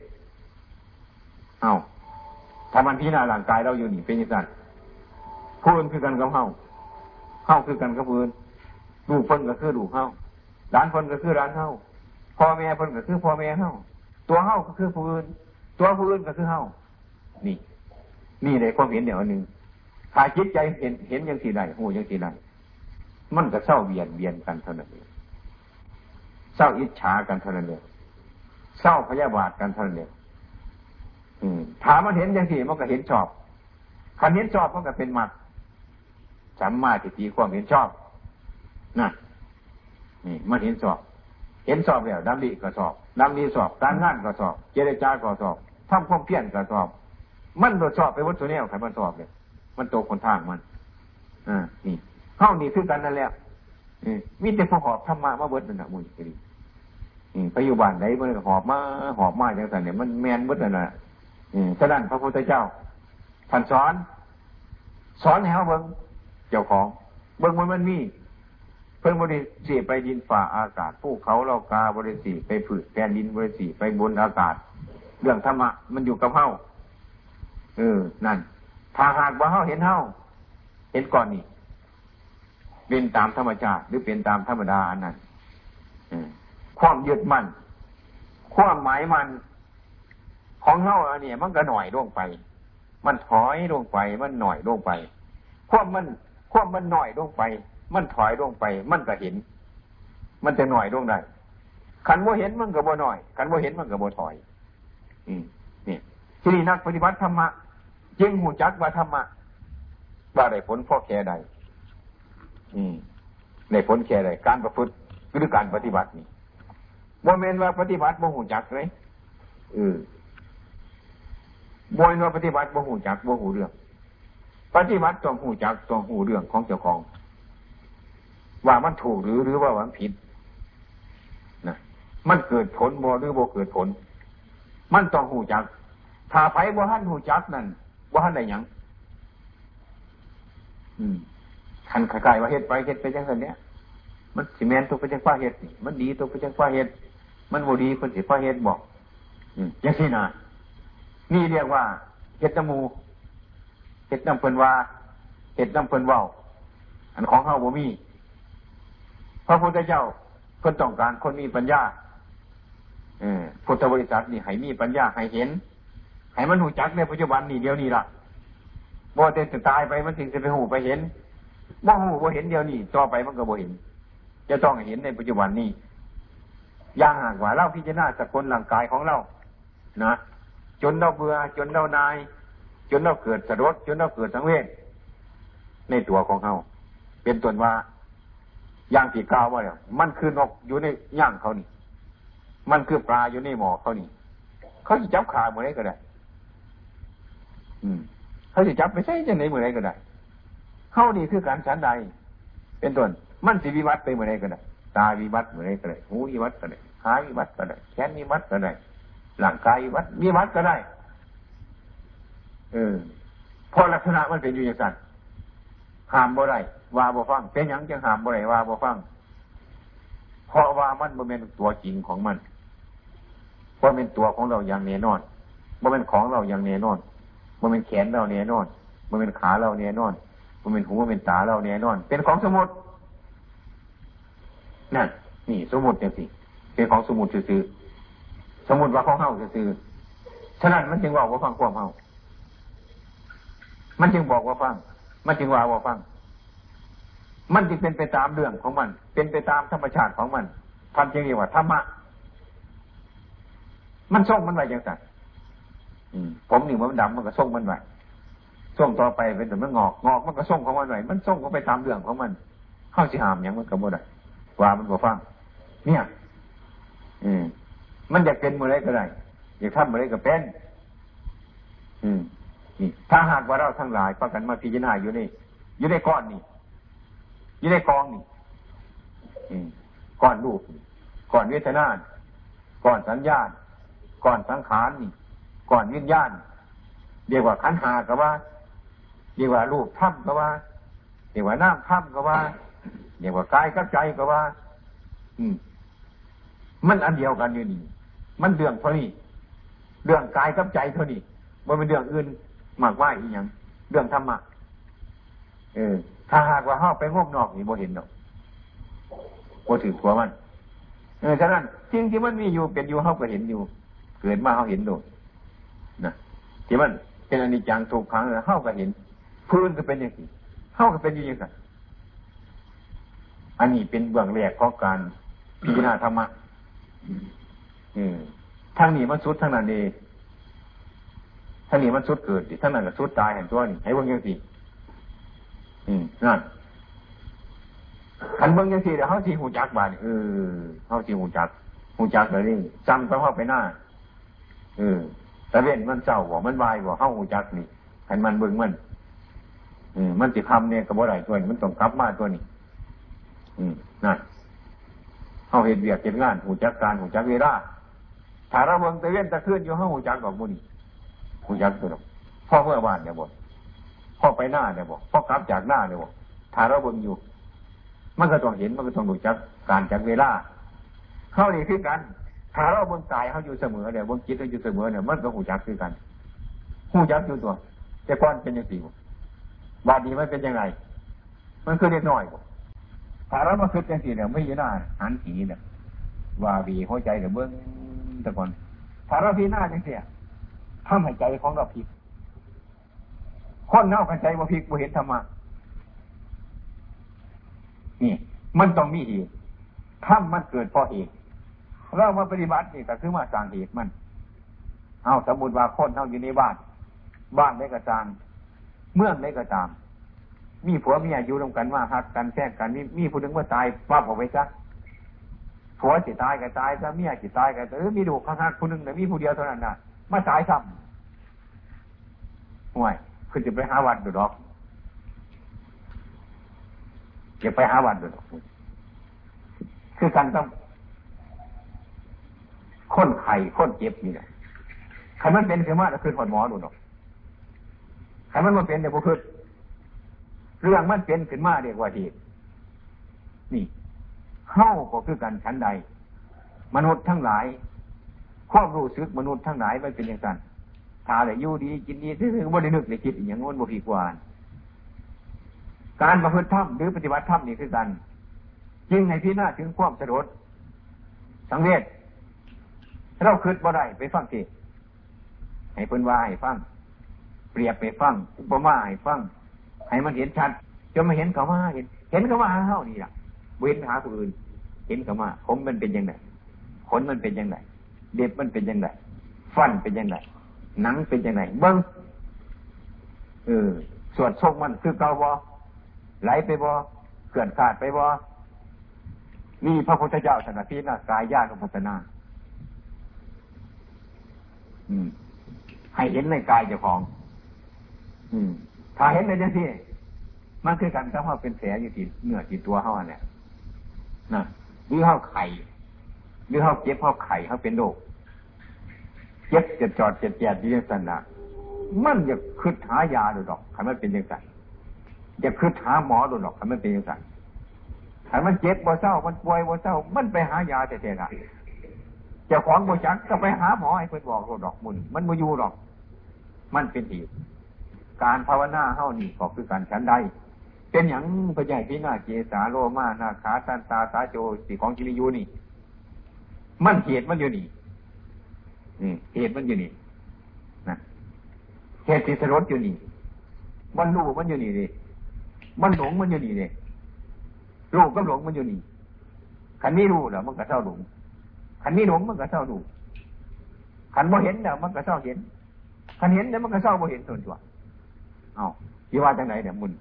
ถ้ามันพิจารณาร่างกายเราอยู่นี่เป็นอย่างนั้นผู้อื่นคือกันกับเฮาคือกันกับผู้อื่นลูกเพิ่นก็คือลูกเฮาหลานเพิ่นก็คือหลานเฮาพ่อแม่เพิ่นก็คือพ่อแม่เฮาตัวเฮาก็คือผู้อื่นตัวผู้อื่นก็คือเฮานี่ในความเห็นเดียวนึงถ้าจิตใจเห็นอย่างสี่ใดหูอย่างสี่ใดมันก็เศร้าเบียนกันเท่านั้นเองเศร้าอิจฉากันเท่านั้นเองเศร้าพยาบาทกันเท่านั้นเองถามมันเห็นอย่างสี่มันก็เห็นชอบคันเห็นชอบมันก็เป็นมรรคสัมมาทิฏฐิความเห็นชอบนี่มันเห็นชอบแล้วดำริก็ชอบดำริชอบการงานก็ชอบเจรจาก็ชอบทำความเพียรก็ชอบมันโดดชอบไปวัตถุแนวใครมันชอบเลยมันโตคนทางมันนี่เข้านี่คือกันนั่นแหละมีแต่พอหอบธรรมะมาเบิดนั่นแหละมุ้ยกรีไปอยู่บ้านไหนมันก็หอบมาอย่างนั้นเนี่ยมันแมนเบิดนั่นแหละฉะนั้นพระพุทธเจ้าท่านสอนให้เขาเบิ่งเจ้าของเบิ่งมันมีเพิ่งบริสีไปดินฝ่าอากาศภูเขาเหล่ากาบริสีไปผืนแผ่นดินบริสีไปบนอากาศเรื่องธรรมะมันอยู่กับเฮานั่นถ้าหากว่าเฮาเห็นก่อนนี่เป็นตามธรรมชาติหรือเป็นตามธรรมดาอันนั้นความยึดมั่นความหมายมันของเฮาอันนี้มันก็หน่อยลงไปมันถอยลงไปมันหน่อยลงไปความมันหน่อยลงไปมันถอยลงไปมันก็เห็นมันจะหน่อยลงได้ขันบ่เห็นมันก็บ่หน่อยขันบ่เห็นมันก็บ่ถอยนี่ทีนี้นักปฏิบัติธรรมะจึงหูจักว่าธรรมะว่าได้ผลพ่อแค่ใดได้ผลแค่ใดการประพฤติหรือการปฏิบัตินี่บ่แม่นว่าปฏิบัติบ่หูจักเลยบ่แม่นว่าปฏิบัติบ่หูจักบ่หูเรื่องปฏิบัติต้องหูจักต้องหูเรื่องของเจ้าของว่ามันถูกหรือว่ามันผิดนะมันเกิดผลบ่หรือบ่เกิดผลมันต้องหูจักถ้าไผบ่ทันหูจักนั่นบ่ทันได้หยังคันคล้ายๆว่าเฮ็ดไปจังซั่นเนี้ยมันสิแม่นตัวไปจังฟ้าเฮ็ดนี่มันดีตัวไปจังฟ้าเฮ็ดมันบ่ดีเพิ่นสิฟ้าเฮ็ดบ่จังซี่น่ะนี่เรียกว่าเฮ็ดน้ำหมู่เฮ็ดน้ำเพิ่นว่าเฮ็ดน้ำเพิ่นเว้าอันของเฮาบ่มีพระพุทธเจ้าเพิ่นต้องการคนมีปัญญาพุทธบริษัทนี่ให้มีปัญญาให้เห็นให้มันรู้จักในปัจจุบันนี่เดียวนี้ล่ะบ่แต่จะตายไปมันถึงจะไปหูไปเห็นบ่หูบ่เห็นเดียวนี้ต่อไปมันก็บ่เห็นจะต้องเห็นในปัจจุบันนี้อย่างหากว่าเราพิจารณาสกุลร่างกายของเรานะจนเราเบื่อจนเรานายจนเราเกิดสะดุดจนเราเกิดสังเวชในตัวของเฮาเป็นต้นว่าอย่างที่กล่าวว่าเนี่ยมันคือนกอยู่ในย่างเขานี่มันคือปลาอยู่ในหม้อเขานี่เขาสิจับขาเมื่อไรก็ได้เขาสิจับไปใช้จังไหนเมื่อไรก็ได้เขานี่คือการฉันใดเป็นต้นมันสิวิวัฒน์ไปเมื่อไรก็ได้ตาวิวัฒน์เมื่อไรก็ได้หูวิวัฒน์ก็ได้ขาวิวัฒน์ก็ได้แขนวิวัฒน์ก็ได้ร่างกายวิวัฒน์ก็ได้พอลักษณะมันเป็นอยู่อย่างนั้นห้ามบ่ได้ว่าบ่ฟังเป็นหยังจังห้ามบ่ได้ว่าบ่ฟังเพราะว่ามันบ่เป็นตัวจริงของมันบ่เป็นตัวของเราอย่างแน่นอนบ่เป็นของเราอย่างแน่นอนบ่เป็นแขนเราแน่นอนบ่เป็นขาเราแน่นอนบ่เป็นหูบ่เป็นตาเราแน่นอนเป็นของสมมุตินั่นนี่สมมุติจังซี่เป็นของสมมุติซื่อๆสมมุติว่าของเฮาซื่อๆฉะนั้นมันจึงว่าบ่ฟังความเฮามันจึงบอกว่าฟังมันจึงว่าฟังมันจึงเป็นไปตามเรื่องของมันเป็นไปตามธรรมชาติของมันท่านจึงเรียกว่าธรรมะมันส่งมันไว้จังซั่นผมนี่มันดำมันก็ส่งมันไว้ส่งต่อไปเป็นแต่มันงอกมันก็ส่งของมันไว้มันส่งก็ไปตามเรื่องของมันเฮาสิห้ามหยังมันก็บ่ได้ว่ามันบ่ฟังเนี่ยมันอยากเป็นมื้อใดก็ได้อยากทำมื้อใดก็เป็นนี่ถ้าหากว่าเราทั้งหลายพากันมาพิจารณาอยู่ในก้อนนี่อยู่ในกองนี่ก้อนรูปก้อนเวทนาก้อนสัญญาก้อนสังขารนี่ก้อนวิญญาณเรียกว่าขันธ์ห้าก็ว่าเรียกว่ารูปธรรมก็ว่าเรียกว่านามธรรมก็ว่าเรียกว่ากายกับใจก็ว่ามันอันเดียวกันอยู่นี่มันเรื่องเท่านี้เรื่องกายกับใจเท่านี้บ่เป็นเรื่องอื่นมากมายอีหยังเรื่องธรรมะถ้าหากว่าเฮาไปงมนอกนี่บ่เห็นดอกบ่ถือตัวมันฉะนั้นสิ่งที่มันมีอยู่เป็นอยู่เฮาก็เห็นอยู่เกิดมาเฮาเห็นโดดนะที่มันเป็นอนิจจังทุกขังเฮาก็เห็นพื้นก็เป็นอย่างนี้เฮาก็เป็นอยู่อย่างนั้นอันนี้เป็นเบื้องแรกของการพิจารณาธรรมะทางนี้มันสุดทางนั้นเองทางนี้มันสุดเกิดทางนั้นก็สุดตายเห็นตัวนี่ให้เบิ่งจังซี่นั่นคันเบิ่งจังซี่เดี๋ยวเฮาสิฮู้จักบาดเฮาสิฮู้จักเลยนี่จำต้องเฮาไปหน้าตะเว้นมันเศร้าบ่มันวายบ่เฮาฮู้จักนี่คันมันเบิ่งมันสิคำเนี่ยก็บ่ได้ตัวนี้มันต้องกลับมาตัวนี้นั่นเฮาเฮ็ดเวียกเฮ็ดงานฮู้จักการฮู้จักเวลาถ้าเราเบิ่งตะเว้นตะคืนอยู่เฮาฮู้จักดอกมื้อนี้ฮู้จักตัวดอกพ่อเมื่อวานเนี่ยบ่พ่อไปหน้าเนี่ยบ่พ่อกลับจากหน้าเนี่ยบ่ถ้าเราเบิ่งอยู่มันก็ต้องเห็นมันก็ต้องรู้จักการจักเวลาเฮานี่คือกันถ้าเราเบิ่งกายเฮาอยู่เสมอเนี่ยเบิ่งจิตเฮาอยู่เสมอเนี่ยมันก็ฮู้จักคือกันฮู้จักอยู่ตัวแต่ก่อนเป็นจังซี่บ่บัดนี้มันเป็นจังไงมันคือเล็กน้อยบ่ถ้าเรามาคิดจังซี่เนี่ยไม่อยู่หน้าหันผีเนี่ยว่าวีหัวใจเนี่ยเบิ่งแต่ก่อนถ้าเราพิจารณาจังซี่ทำให้ใจของเราพลิกคนเฮากันใจบ่พลิกบ่เห็นธรรมะนี่มันต้องมีเหตุถ้ำมันเกิดเพราะเหตุเรามาปฏิบัตินี่ก็คือมาสร้างเหตุมันเอาสมมุติว่าคนเราอยู่ในบ้านได้กระจางเมืองได้กระจางมีผัวเมียอยู่ร่วมกันว่าฮักกันแท้งกันมีผู้หนึ่งว่าตายปั๊บออกไปซะผัวสิตายก็ตายซะเมียสิตายก็มีลูกฮักผู้หนึ่งแต่มีผู้เดียวเท่านั้นน่ะมาตายซ้ำห่วยคือจะไปหาวัดดูดอกอย่าไปหาวัดดูดอกคือการต้องค้นไข้ค้นเจ็บนี่แหละใครมันเป็นคือมาแล้วคือหอดหมอดูดอกใครมันมาเป็นเดี๋ยวพวกคือเรื่องมันเป็นขึ้นมาเรียกว่าเหตุนี่เฮ้าก็คือกันชั้นใดมนุษย์ทั้งหลายความรู้สึกมนุษย์ทั้งหลายมันเป็นอย่างนั้นถ้าแต่อยู่ดีกินดีซื่อๆบ่ได้นึกได้คิดอย่างโน้นบ่ผิดกว่าการประพฤติธรรมหรือปฏิบัติธรรมนี่คือกันจึงให้พิจารณาถึงความสลดสังเวชเราคิดบ่ได้ไปฟังสิให้เพิ่นว่าให้ฟังเปรียบไปฟังอุปมาให้ฟังให้มันเห็นชัดจนมาเห็นเขามาเห็นเขามาเท่านี้ล่ะเว้นหาผู้อื่นเห็นเขามาผมมันเป็นยังไงขนมันเป็นยังไงเด็บมันเป็นยังไงฟันเป็นยังไงหนังเป็นยังไงเบิ้งส่วนทรงมันคือเกาบ่ไหลไปบ่เกลื่อนขาดไปบ่มีพระพุทธเจ้าสนับสนุนกายญาณุปัสสนาให้เห็นในกายเจ้าของถ้าเห็นในจังซี่มันคือกันถ้าเขาเป็นแผลอยู่ที่เนื้อที่ตัวเขาเนี่ยนะหรือเขาไข่หรือเขาเจ็บเขาไข่เขาเป็นโรคเจ็บจะจอดเจ็บแยดดีจังนะมันอยากคืดหายาดูดอกถ้ามันเป็นจังซั่นอยากคืดหาหมอดูดอกถ้ามันเป็นจังซั่นถ้ามันเจ็บบ่เศร้ามันป่วยบ่เศร้ามันไปหายาแต่ๆน่ะเจ้าของบ่จักก็ไปหาหมอให้เพิ่นบอกดูดอกมุนมันบ่อยู่ดอกมันเป็นเหตุการภาวนาเฮานี่ก็คือการฉันใดเป็นหยังพระใหญ่พิณาเจสาโลมานาขาตันตาสาโจสีของกิริยูนี่มันเหตุมันอยู่นี่เหตุมันอยู่นี่นะเหตุที่สลดอยู่นี่มันรู้มันอยู่นี่ดิมันหลงมันอยู่นี่ดิรู้กับหลงมันอยู่นี่ขันนี้รู้แล้วมันก็เศร้าหลงขันนี้หลงมันก็เศร้ารู้ขันบ่เห็นแล้วมันก็เศร้าเห็นขันเห็นแล้วมันก็เศร้าบ่เห็นส่วนตัวเอาที่ว่าจังไหนเนี่ยมุน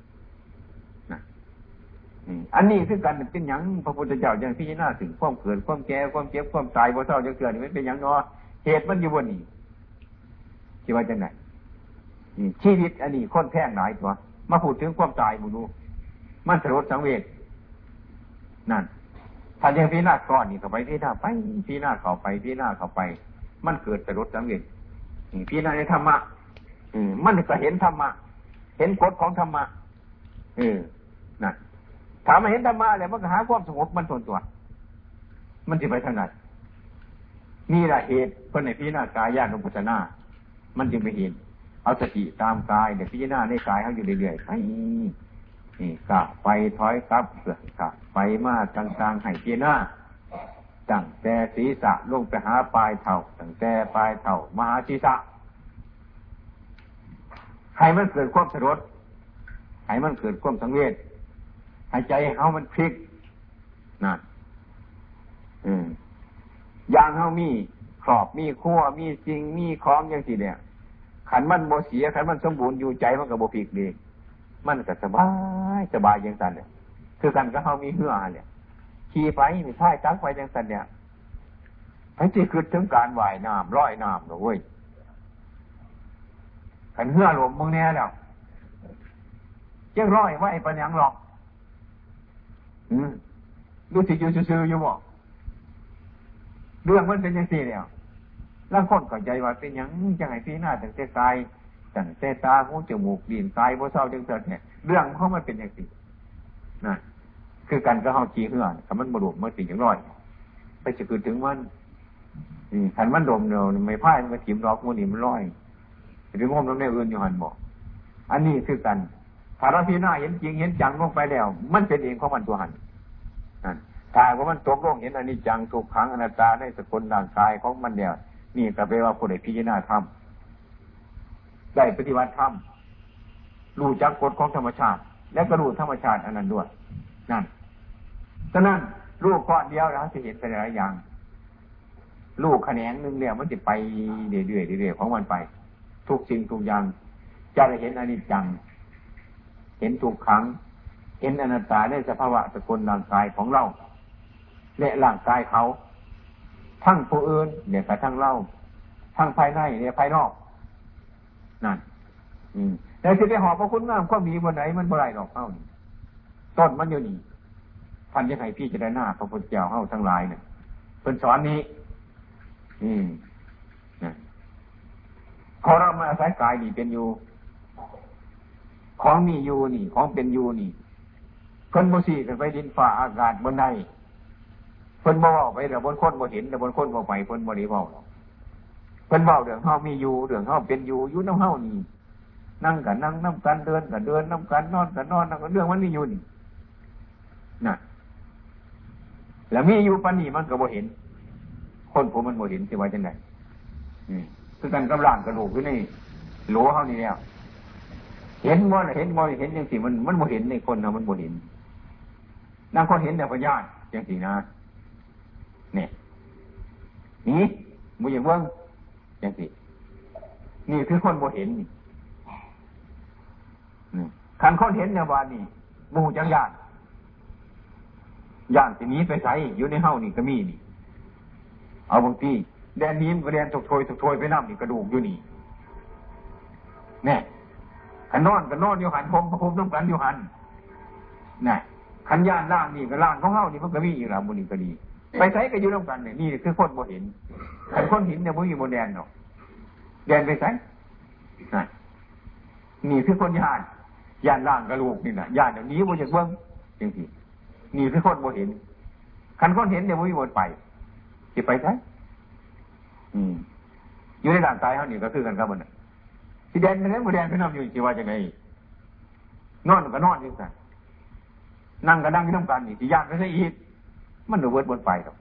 อันนี้คือการเป็นหยังพระพุทธเจ้าอย่างพิจารณาถึงความเกิดความแก่ความเจ็บความตายบ่เศร้าจังเกิดนี่มันเป็นหยังเนาะเหตุมันอยู่บนนี้ที่ว่าจังไหนชีวิตอันนี้ค่อนแท่งหลายตัวมาพูดถึงความตายบุญมันสลดสังเวชนั่นถ้าอย่างพิจารณาก่อนนี่เข้าไปพิจารณาไปพิจารณาเข้าไปพิจารณาเข้าไปมันเกิดสลดสังเวชพิจารณาในธรรมะมันก็เห็นธรรมะเห็นกฎของธรรมะนั่นถามมาเห็นธรรมะแล้วมันก็หาความสงบมันส่วนตัวมันจะไปทางไหนนี่แหละเหตุเพื่อนในพิจารณากายญาณุปัสสนามันจึงไปเห็นเอาสติตามกายเดี๋ยวพิจารณาในกายเขาอยู่เรื่อยๆนี่กะไปถอยกลับกะไปมาต่างๆให้พิจารณาตั้งแต่ศีรษะลงไปหาปลายเท้าตั้งแต่ปลายเท้ามาหาศีรษะให้มันเกิดความสลดให้มันเกิดความสังเวชหายใจเขามันพลิกนั่นอย่างเขามีครอบมีขั้วมีจริงมีคล้องอย่างสิเนี่ยขันมันโมเสียขันมันสมบูรณ์อยู่ใจมันก็บ่พลิกดีมันก็สบายอย่างนั้นเนี่ยคือกันก็เขามีเหื่อเนี่ยขี่ไปมีท้ายตั้งไปอย่างนั้นเนี่ยให้ที่คือถึงการว่ายน้ำร้อยน้ำเลยเว้ยขันเหื่อหลมมึงแน่แล้วยังร้อยไว้ปัญญังหรอกดูสิอยู่ซื่อๆอยู่บ่เรื่องมันเป็นอย่างสี่เนี่ยร่างคนเข้าใจว่าเป็นอย่างจังไงพี่หน้าตั้งแต่กายตั้งแต่ตาหูจมูกลิ้นกายบ่เศร้าจังซั่นเนี่ยเรื่องของมันเป็นอย่างสี่นะคือกันก็เฮาขี้เหื่อถ้ามันบ่รวมมันเป็นอย่างร้อยไปสิคือถึงมันคันมันดมเนาะไม่พายมันถิ่มดอกมื้อนี้มันร้อยหรืองมน้ำแนวอื่นอยู่หั่นบ่อันนี้คือกันถ้าเราพิจารณาเห็นจริงเห็นจังลงไปแล้วมันเป็นเองของมันตัวหันถ้าว่ามันตกลงเห็นอนิจจังทุกขังอนัตตาในสกุลร่างกายของมันเนี่ยนี่ก็แปลว่าผู้ใดพิจารณาธรรมได้ปฏิบัติธรรมรู้จักกฎของธรรมชาติและก็รู้ธรรมชาติอันนั้นด้วยนั่นฉะนั้นลูกก้อนเดียวแล้วจะเห็นเป็นหลายอย่างลูกแขนงนึงเนี่ยมันจะไปเรื่อยๆเรื่อยๆของมันไปทุกสิ่งทุกอย่างจะได้เห็นอนิจจังเห็นทุกขังเห็นอนัตตาในสภาวะสกุลร่างกายของเราและร่างกายเขาทั้งผู้อื่นเนี่ยกับทั้งเราทั้งภายในเนี่ยภายนอกนั่นแล้วจะไปหอบพระคุณงามก็มีบนไหนมันบ่ไรหรอกเข้าต้นมันอยู่นี่ท่านยังไงพี่จะได้หน้าพระพุทธเจ้าเข้าทั้งหลายเนี่ยเป็นสอนนี้พอเรามาอาศัยกายนี่เป็นอยู่ของมีอยู่นี่ของเป็นอยู่นี่เพิ่นบ่ซี่กันไปดินฟ้าอากาศบนใดเพิ่นบ่เว้าไปแต่บนคนบ่เห็นแต่บนคนบ่ไปเพิ่นบ่ได้เว้าหรอกเพิ่นเว้าเรื่องเฮามีอยู่เรื่องเฮาเป็นอยู่อยู่นำเฮานี่นั่งก็นั่งนำกันเดินก็เดินนำกันนอนก็นอนนำกันเรื่องมันมีอยู่นี่น่ะแล้วมีอยู่ปานนี้มันก็บ่เห็นคนผมมันบ่เห็นสิว่าจังได๋คือกันกับร่างกระดูกอยู่ในโหลเฮานี่แล้วเห็นบ่ล่ะเห็นจังซี่มันบ่เห็นในคนเฮามันบ่เห็นนางคนเห็นแต่พยานจังซี่นะนี่นี่บ่อย่างเบิ่งจังซี่นี่คือคนบ่เห็นนี่คันคนเห็นเนี่ยว่านี่บ่ฮู้จักญาณสิหนีไปไสอยู่ในเฮานี่ก็มีนี่เอาบางทีแดนนี้ก็แดนถกโถยไปน้ำนี่กระดูกอยู่นี่แน่ขันนอนก็นอนอยู่หันพรมน้ำกันอยู่หันน่ะขันย่านล่างนี่ก็ล่างของเฮานี่มันก็มีอยู่แล้วบุญก็ดีไปไสก็อยู่น้ำกันเนี่ยนี่คือคนบ่เห็นขันคนเห็นเนี่ยบ่มีบ่แดนหรอกแดนไปไสน่ะนี่คือคนย่านล่างกระดูกนี่น่ะย่านเดี๋ยวนี้บ่อยากเบิ่งจังซี่นี่คือคนบ่เห็นขันคนเห็นเนี่ยบ่มีบ่ไปสิไปไสอยู่ในร่างกายเขานี่ก็คือกันครับมันสิแดนไปแล้วบ่แดนไปนำอยู่สิว่าจังได๋นอนก็นอนจังซั่นนั่งก็นั่งอยู่นำกันนี่สิย่านไปซะอีกมันบ่เบิดบ่ไปดอก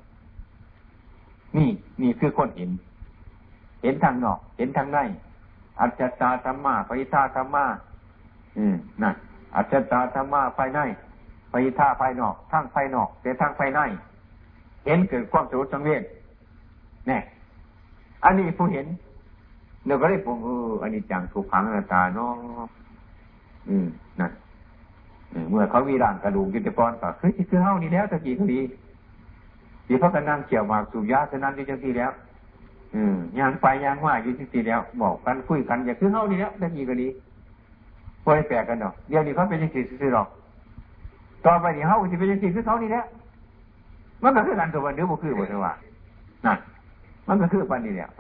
นี่คือคนเห็นทางนอกเห็นทางในอัจฉตาธัมมาปฏิฆาธัมมานั่นอัจฉตาธัมมาภายในปฏิฆาภายนอกทางภายนอกแต่ทางภายในเห็นเกิดความสลดสังเวชแน่อันนี้ผู้เห็นเดี๋ยวก็ได้ผมอันนี้จังถูกขังอนัตตาเนาะนั่นเมื่อเขาวิร่างกระดูกกิจกรก็คือเฮานี่แล้วตะกี้ก็ดีที่เขากันนั่งเกี่ยวหมากสูบยาฉะนั้นที่จังซี่แล้วย่างไปย่างมาอยู่จังซี่แล้วบอกกันคุยกันอย่าคือเฮานี่แล้วตะกี้ก็ดีบ่ได้แปลกกันดอกเดี๋ยวนี้เขาเป็นจังซี่ซื่อๆหรอกต่อไปนี่เฮาสิเป็นจังซี่คือเขานี่แหละมันก็คือกันตัวเดียวบ่คือบ่ใช่ว่านั่นมันก็คือปานนี้แหละ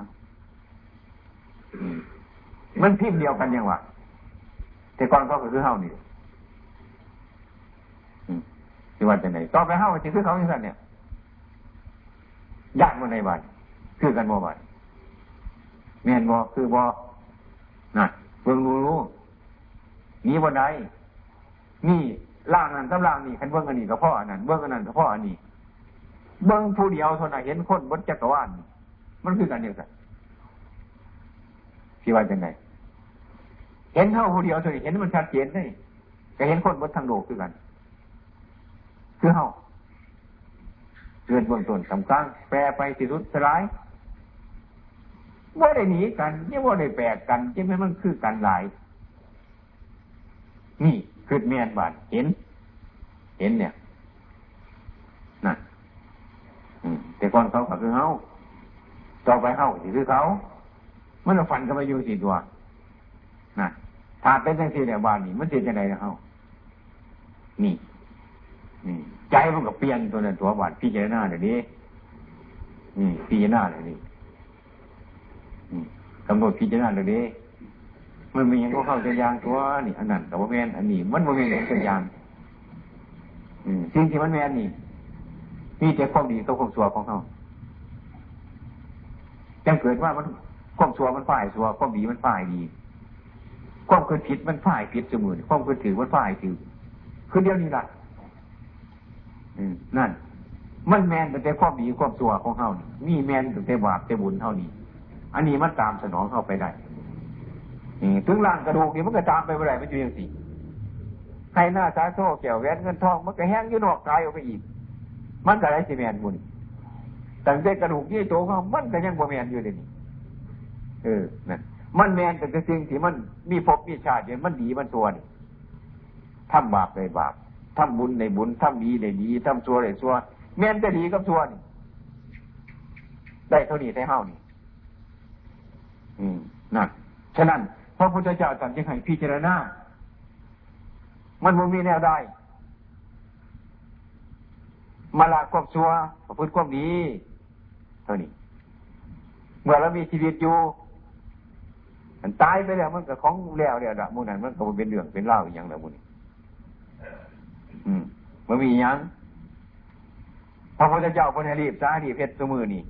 มันพิมพ์เดียวกันยังวะแต่ก่อนก็คือเฮานี่สิว่าจังได๋ต่อไปเฮาสิคือเขาจังซั่นเนี่ยญาติบ่ในบ้านคือกันบ่บ้านแม่นบ่คือบ่น่ะเบิ่งรู้นี่บ่ได้นี่ล่างนั้นกับล่างนี่คันเบิ่งอันนี้ก็พออันนั้นเบิ่งอันนั้นก็พออันนี้เบิ่งผู้เดียวเท่านั้นเห็นคนบนจักรวาลมันคือกันเดียวกันสิว่าจังได๋เห็นเท่าผู้เดียวเท่านี้เห็นมันชัดเจนได้ก็เห็นคนบนทั้งโลกคือกันคือเฮาเกิดเบื้องต้นกลางแปรไปที่สุดสลายบ่ได้หนีกันยังบ่ได้แปลกกันจังแม่นมันคือกันหลายนี่คือแม่นบาดเห็นเนี่ยนั่นแต่ก่อนเขาก็คือเฮาต่อไปเฮาสิคือเขามันฝันกันมาอยู่สี่ตัวน่ะถ้าเป็นจังซี่เนี่ยบ้านนี่มันสิจังได๋ล่ะเฮานี่ใจมันก็เปลี่ยนตัวนั้นตัวบาดพิจารณาเดี๋ยวนี้พิจารณาเดี๋ยวนี้กำหนดพิจารณาเดี๋ยวนี้มันมีหยังก็เข้าใจอย่างตัวนี่อันนั้นก็บ่แม่นอันนี้มันบ่แม่นเข้าใจอย่างสิ่งที่มันแม่นนี่มีแต่ความดีกับความชั่วของเฮาจังเกิดว่ามันความชั่วมันฝ่ายชั่วความดีมันฝ่ายดีความคิดผิดมันฝ่ายผิดเสมอความคิดถือมันฝ่ายถือคือเดียวนี้ล่ะนั่นมันแม่นแต่ความดีความชั่วของเฮานี่มีแม่นแต่บาปแต่บุญเท่านี้อันนี้มันตามสนองเข้าไปได้ถึงร่างกระดูกนี่มันก็ตามไปบ่ได้มันอยู่จังซี่ให้หน้าตาโซ่แก้วแหวนเงินทองมันก็แห้งอยู่นอกกายออกไปอีกมันก็ได้สิแมนบุญตั้งแต่กระดูกยี่โตเขามันก็ยังบ่แมนอยู่เลยนี่นั่นมันแมนแต่สิ่งที่มันมีภพมีชาติมันดีมันตัวนี่ทำบาปในบาปทำบุญในบุญทำดีในดีทำชั่วในชั่วแมนจะดีกับชั่วนี่ได้เท่านี้ได้เท่านี้นั่นฉะนั้นพระพุทธเจ้าตรัสจึงให้พิจารณามันบ่มีแนวได้มาละความชั่วประพฤติความดีเท่านี้เมื่อเรามีชีวิตอยู่มันตายไปแล้วมันก็ของแล้วละหมู่นั้นมันก็เป็นเรื่องเป็นเล่าอย่างละหมู่นี้มันมีอย่างพระพุทธเจ้าพระนรีบสาดีเพชรสมือนี่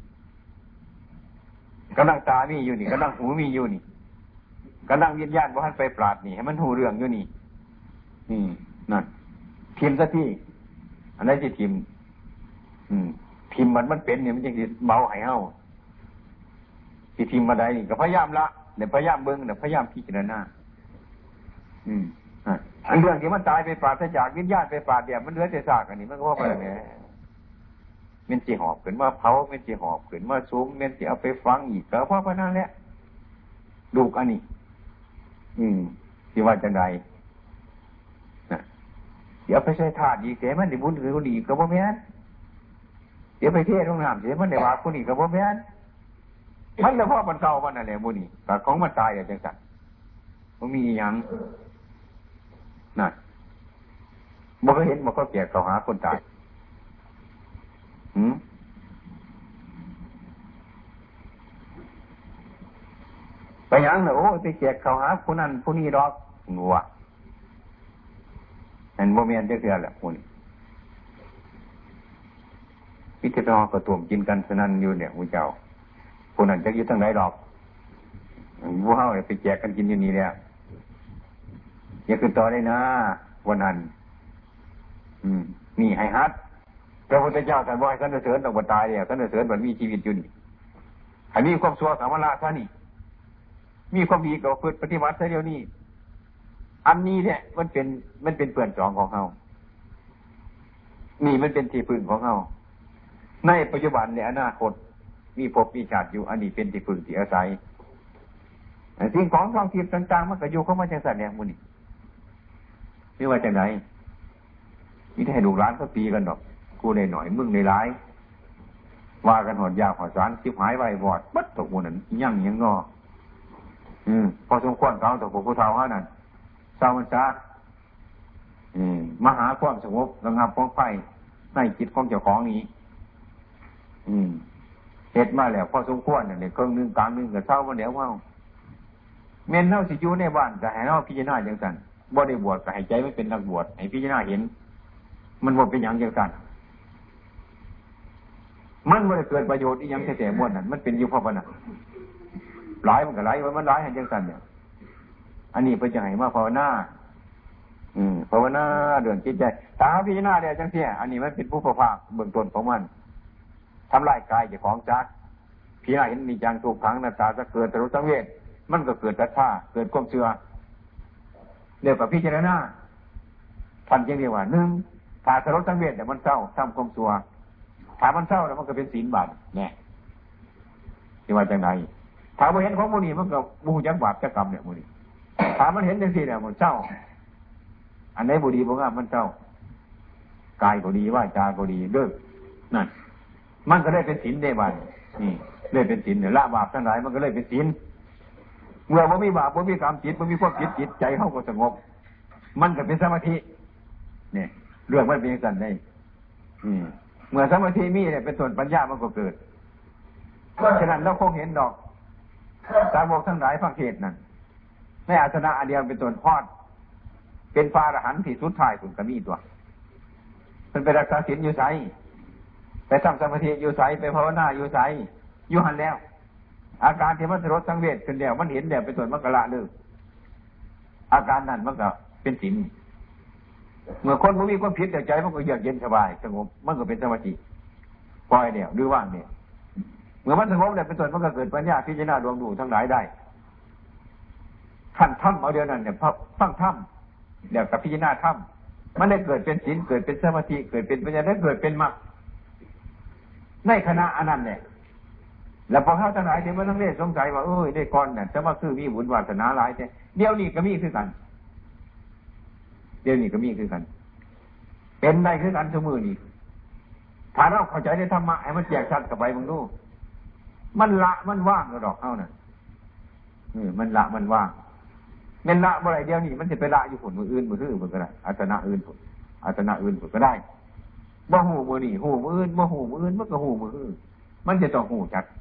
กำลังตามีอยู่นี่กำลังหูมีอยู่นี่กำลังวิญญาณบ่ทันไปปราดนี่ให้มันหูเรื่องอยู่นี่นั่นทิมซะที่อันนั้นสิทิมทิมมันเป็นเนี่ยมันจึงสิเบาให้เฮาสิทิมมาได้นี่ก็พยายามละเดี๋ยวพยายามเบิ่งเดี๋ยวพยายามพิจารณาอันเรื่องที่มันตายไปปราศจากวิญญาณไปปราดเดี๋ยวมันเหลือแต่ซากอันนี้มันก็ว่าไปแหมมันสิหอบขึ้นมาเผามันสิหอบขึ้นมาซุ้มมันสิเอาไปฝังอีกก็เพราะนั่นแหละดูอันนี้ที่ว่าจังไดนะเดี๋ยวไปใช้ธาตุดีเสียมันได้บุญหรือดีก็บ่แม่นเดี๋ยวไปเทศลงน้ำเสียมันได้ว่าผู้นี้ก็บ่แม่นมันแล้วพอมันเก่ามันนั่นแหละผู้นี้แต่ของมันตายแล้วจังซั่นบ่มีหยังนั่นบ่เคยเห็นบ่ก็แก่เขาหาคนตายไปยังเนอะโอ้ไปแจกเขาหาผู้นั้นผู้นี้ดอกงัวเห็นบ่แม่นเด้อแหละผู้นี้พิธีรอกระตุ่มกินกันสนั่นอยู่เนี่ยผู้เจ้าผู้นั้นจักอยู่ทางไหนดอกผู้เฮาไปแจกกันกินอยู่นี่แหละอย่าขึ้นต่อได้นะวันนั้นนี่ให้ฮัดพระพุทธเจ้าท่านบอกให้สรรเสริญต้องบ่ตายเนี่ยสรรเสริญมันมีชีวิตอยู่นี่ให้มีความชั่วสามละซะนี่มีความดีก็ฝึกปฏิบัติซะเดี๋ยวนี้อันนี้เนี่ยมันเป็นเปื้อนจองของเฮานี่มันเป็นที่พึ่งของเฮาในปัจจุบันในอนาคตมีภพมีชาติอยู่อันนี้เป็นที่พึ่งที่อาศัยสิ่งของท้องถิ่นต่างๆมันก็อยู่เข้ามาจังซั่นเนี่ยมื้อนี้ไม่ว่าจังไดมีแต่ให้ลูกหลานเขาตีกันดอกกูได้หน่อยมึงได้หลายว่ากันหอดยาหอดสารสิบหายไว้วอดบัดตกหมู่นั้นยังงอพอสมควรเก่าต่อผู้เฒ่าเฮานั่นเศร้ามันซะมาหาความสงบระงับของไฟในจิตของเจ้าของนี้เฮ็ดมาแล้วพอสมควรเนี่ยครึ่งนึงกลางนึงก็เศร้ามาแล้วเฮาแม่นเฮาสิอยู่ในบ้านก็ให้เฮาพิจารณาจังซั่นบ่ได้บวชก็ให้ใจมันเป็นนักบวชให้พิจารณาเห็นมันบ่เป็นหยังจังซั่นมันบ่ได้เกิดประโยชน์อีหยังแท้ๆม่วนนั่นมันเป็นอยู่เพราะว่าน่ะหลายมันก็หลายมันหลายให้จังซั่นเนี่ยอันนี้เพิ่นจะให้มาภาวนาภาวนาเรื่องจิตใจถ้าพิจารณาแล้วจังซี่อันนี้มันเป็นผู้ประภาคเบื้องต้นของมันทำลายกายเจ้าของจักพิจารณาเห็นมีจังทุกขังอนัตตาจะเกิดตรุสังเวชมันก็เกิดศรัทธาเกิดความเชื่อเดี๋ยวกับพิจารณาท่านจึงเรียกว่า1ถ้าตรุสังเวชเนี่ยมันเศร้าทำความชั่วถ้ามันเศร้าแล้วมันก็เป็นศีลบาปแน่ที่ว่าจังไดถ้าบ่เห็นของหมู่นี้มันก็บ่ฮู้จักบาปจักกรรมเนี่ยหมู่นี้ถ้ามันเห็นจังซี่เนี่ยมันเศร้าอันไหนบ่ดีบ่งามมันเศร้ากายก็ดีวาจาก็ดีเด้อนั่นมันก็ได้เป็นศีลได้บัดนี่ได้เป็นศีลเนี่ยละบาปทั้งหลายมันก็เลยเป็นศีลเมื่อบ่มีบาปบ่มีกรรมจิตบ่มีความคิดจิตใจเฮาก็สงบมันก็เป็นสมาธินี่เรื่องมันเป็นจังซั่นได้เมื่อสมาธิมีเนี่ยเป็นต้นปัญญามันก็เกิดฉะนั้นเราคงเห็นดอกสาวกทั้งหลายฟังเทศน์นั่นในอาสนะอันเดียวเป็นต้นพอดเป็นพระอรหันต์ที่สุดท้ายคุณก็มีตัวเป็นไปรักษาศีลอยู่ไสไปทำสมาธิอยู่ไสไปภาวนาอยู่ไสอยู่หันแล้วอาการที่มันสลดสังเวชขึ้นแล้วมันเห็นแล้วเป็นต้นมันก็ละเลิกอาการนั้นมันก็เป็นศีลเมื่อคนบ่มีความผิดแต่ใจมันก็เยือกเย็นสบายสงบมันก็เป็นสมาธิปล่อยแล้วหรือว่างเนี่ยเมื่อมันสงบแล้วเป็นต้นมันก็เกิดปัญญาพิจารณาดวงดูทั้งหลายได้ท่านทำเอาเดียวนั้นเนี่ยฟังทำเดี๋ยวกับพิจารณาทำมันได้เกิดเป็นศีลเกิดเป็นสมาธิเกิดเป็นปัญญาได้เกิดเป็นมรรคในคณะอันนั้นเนี่ยแล้วพอเข้าทั้งหลายเดี๋ยวมันต้องเรียกสงสัยว่าได้ก่อนเนี่ยจะมาคือมีบุญวาสนาหลายแต่เดี๋ยวนี้ก็มีคือกันเดี๋ยวนี้ก็มีคือกันเป็นได้คือกันทุกมือนี่ถ้าเราเข้าใจในธรรมะให้มันแจกชัดกับไปมึงดูมันละมันว่างกระดอกเข้าน่ะมันละมันว่างมันละบ่ไรเดียวนี่มันจะไปละอยู่ผลมืออื่นมือหื้อมือก็ได้อัตนะอื่นผลอัตนะอื่นผลก็ได้บ่หูมือนี่หูมืออื่นบ่หูมืออื่นมันก็หูมือหื้อมันจะต้องหูจัด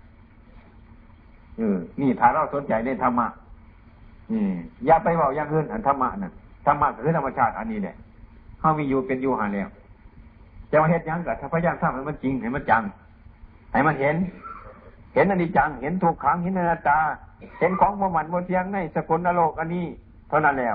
นี่ถ้าเราสนใจในธรรมะอย่าไปบอกอย่างอื่นอันธรรมะน่ะธรรมะคือธรรมชาติอันนี้แหละเขามีอยู่เป็นอยู่หาแล้วจะมาเฮ็ดยังกับถ้าพยายามทำให้มันจริงให้มันจังให้มันเห็นอนิจจังเห็นทุกขังเห็นอนัตตาเห็นของบ่มันบ่เที่ยงในสกุลนรกอันนี้เท่านั้นแล้ว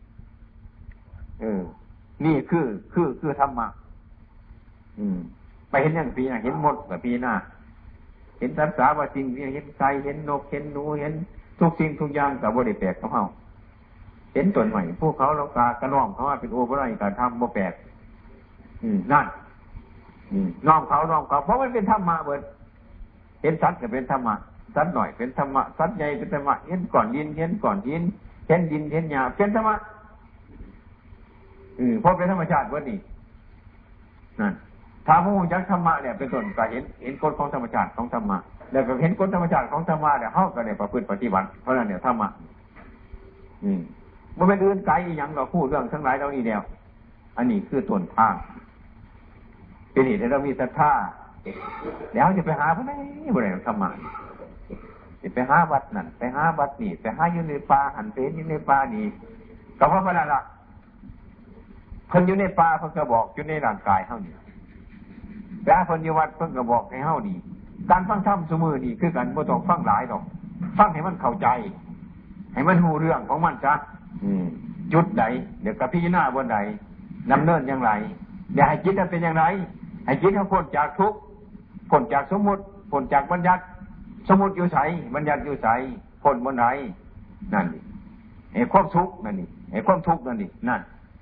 นี่คือธรรมะไปเห็นอย่างปีน่ะเห็นหมดแบบปีหน้าเห็นสัตว์สาว่าจริงเห็นไก่เห็นนกเห็นหนูเห็นทุกสิ่งทุกอย่างกับบ่ได้แปลกกับเฮาเห็นต้นใหม่พวกเขาเรากากระน้อมเขาว่าเป็นโอปราณิการทำบ่แปลกนั่นน้อมเขาเพราะมันเป็นธรรมะเบิดเห็นสัตว์ก็เป็นธรรมะสัตว์หน่อยเป็นธรรมะสัตว์ใหญ่เป็นธรรมะเห็นก่อนดินเห็นก่อนดินเห็นดินเห็นหญ้าเป็นธรรมะเพราะเป็นธรรมชาติเบิดนี่นั่นถ้าผู้จักธรรมะเนี่ยเป็นต้นก็เห็นกฎของธรรมชาติของธรรมะแล้วก็เห็นกฎธรรมชาติของธรรมะเนี่ยเฮาก็ได้ประพฤติปฏิบัติเพราะนั้นเนี่ยธรรมะมันเป็นอื่นไกลอีหยังเราพูดเรื่องทั้งหลายเหล่านี้แล้วอันนี้คือต้นทางเป็นเหตุให้เรามีศรัทธาแล้วจะไปหาพระไหนบ่ได้ธรรมะจะไปหาวัดนั่นไปหาวัดนี่ไปหาอยู่ในป่าหันเป็นอยู่ในป่านี่ก็เพราะอะไรล่ะคนอยู่ในป่าเพิ่นก็บอกอยู่ในร่างกายเฮานี่แล้วคนอยู่วัดเพิ่นก็บอกให้เฮานี่การฟังธรรมซุมื้อนี่คือกันบ่ต้องฟังหลายดอกฟังให้มันเข้าใจให้มันรู้เรื่องของมันซะจุดใดเดี๋ยวกับพิจารณาบนใดดำเนินอย่างไรอย่าให้จิตมันเป็นอย่างไรให้จิตเขาพ้นจากทุกข์พ้นจากสมมุติพ้นจากบัญญัติสมมุติอยู่ไสบัญญัติอยู่ไสพ้นบนไหนนั่นไอ้ความทุกข์นั่นนี่ไอ้ความทุกข์นั่นนี่นั่น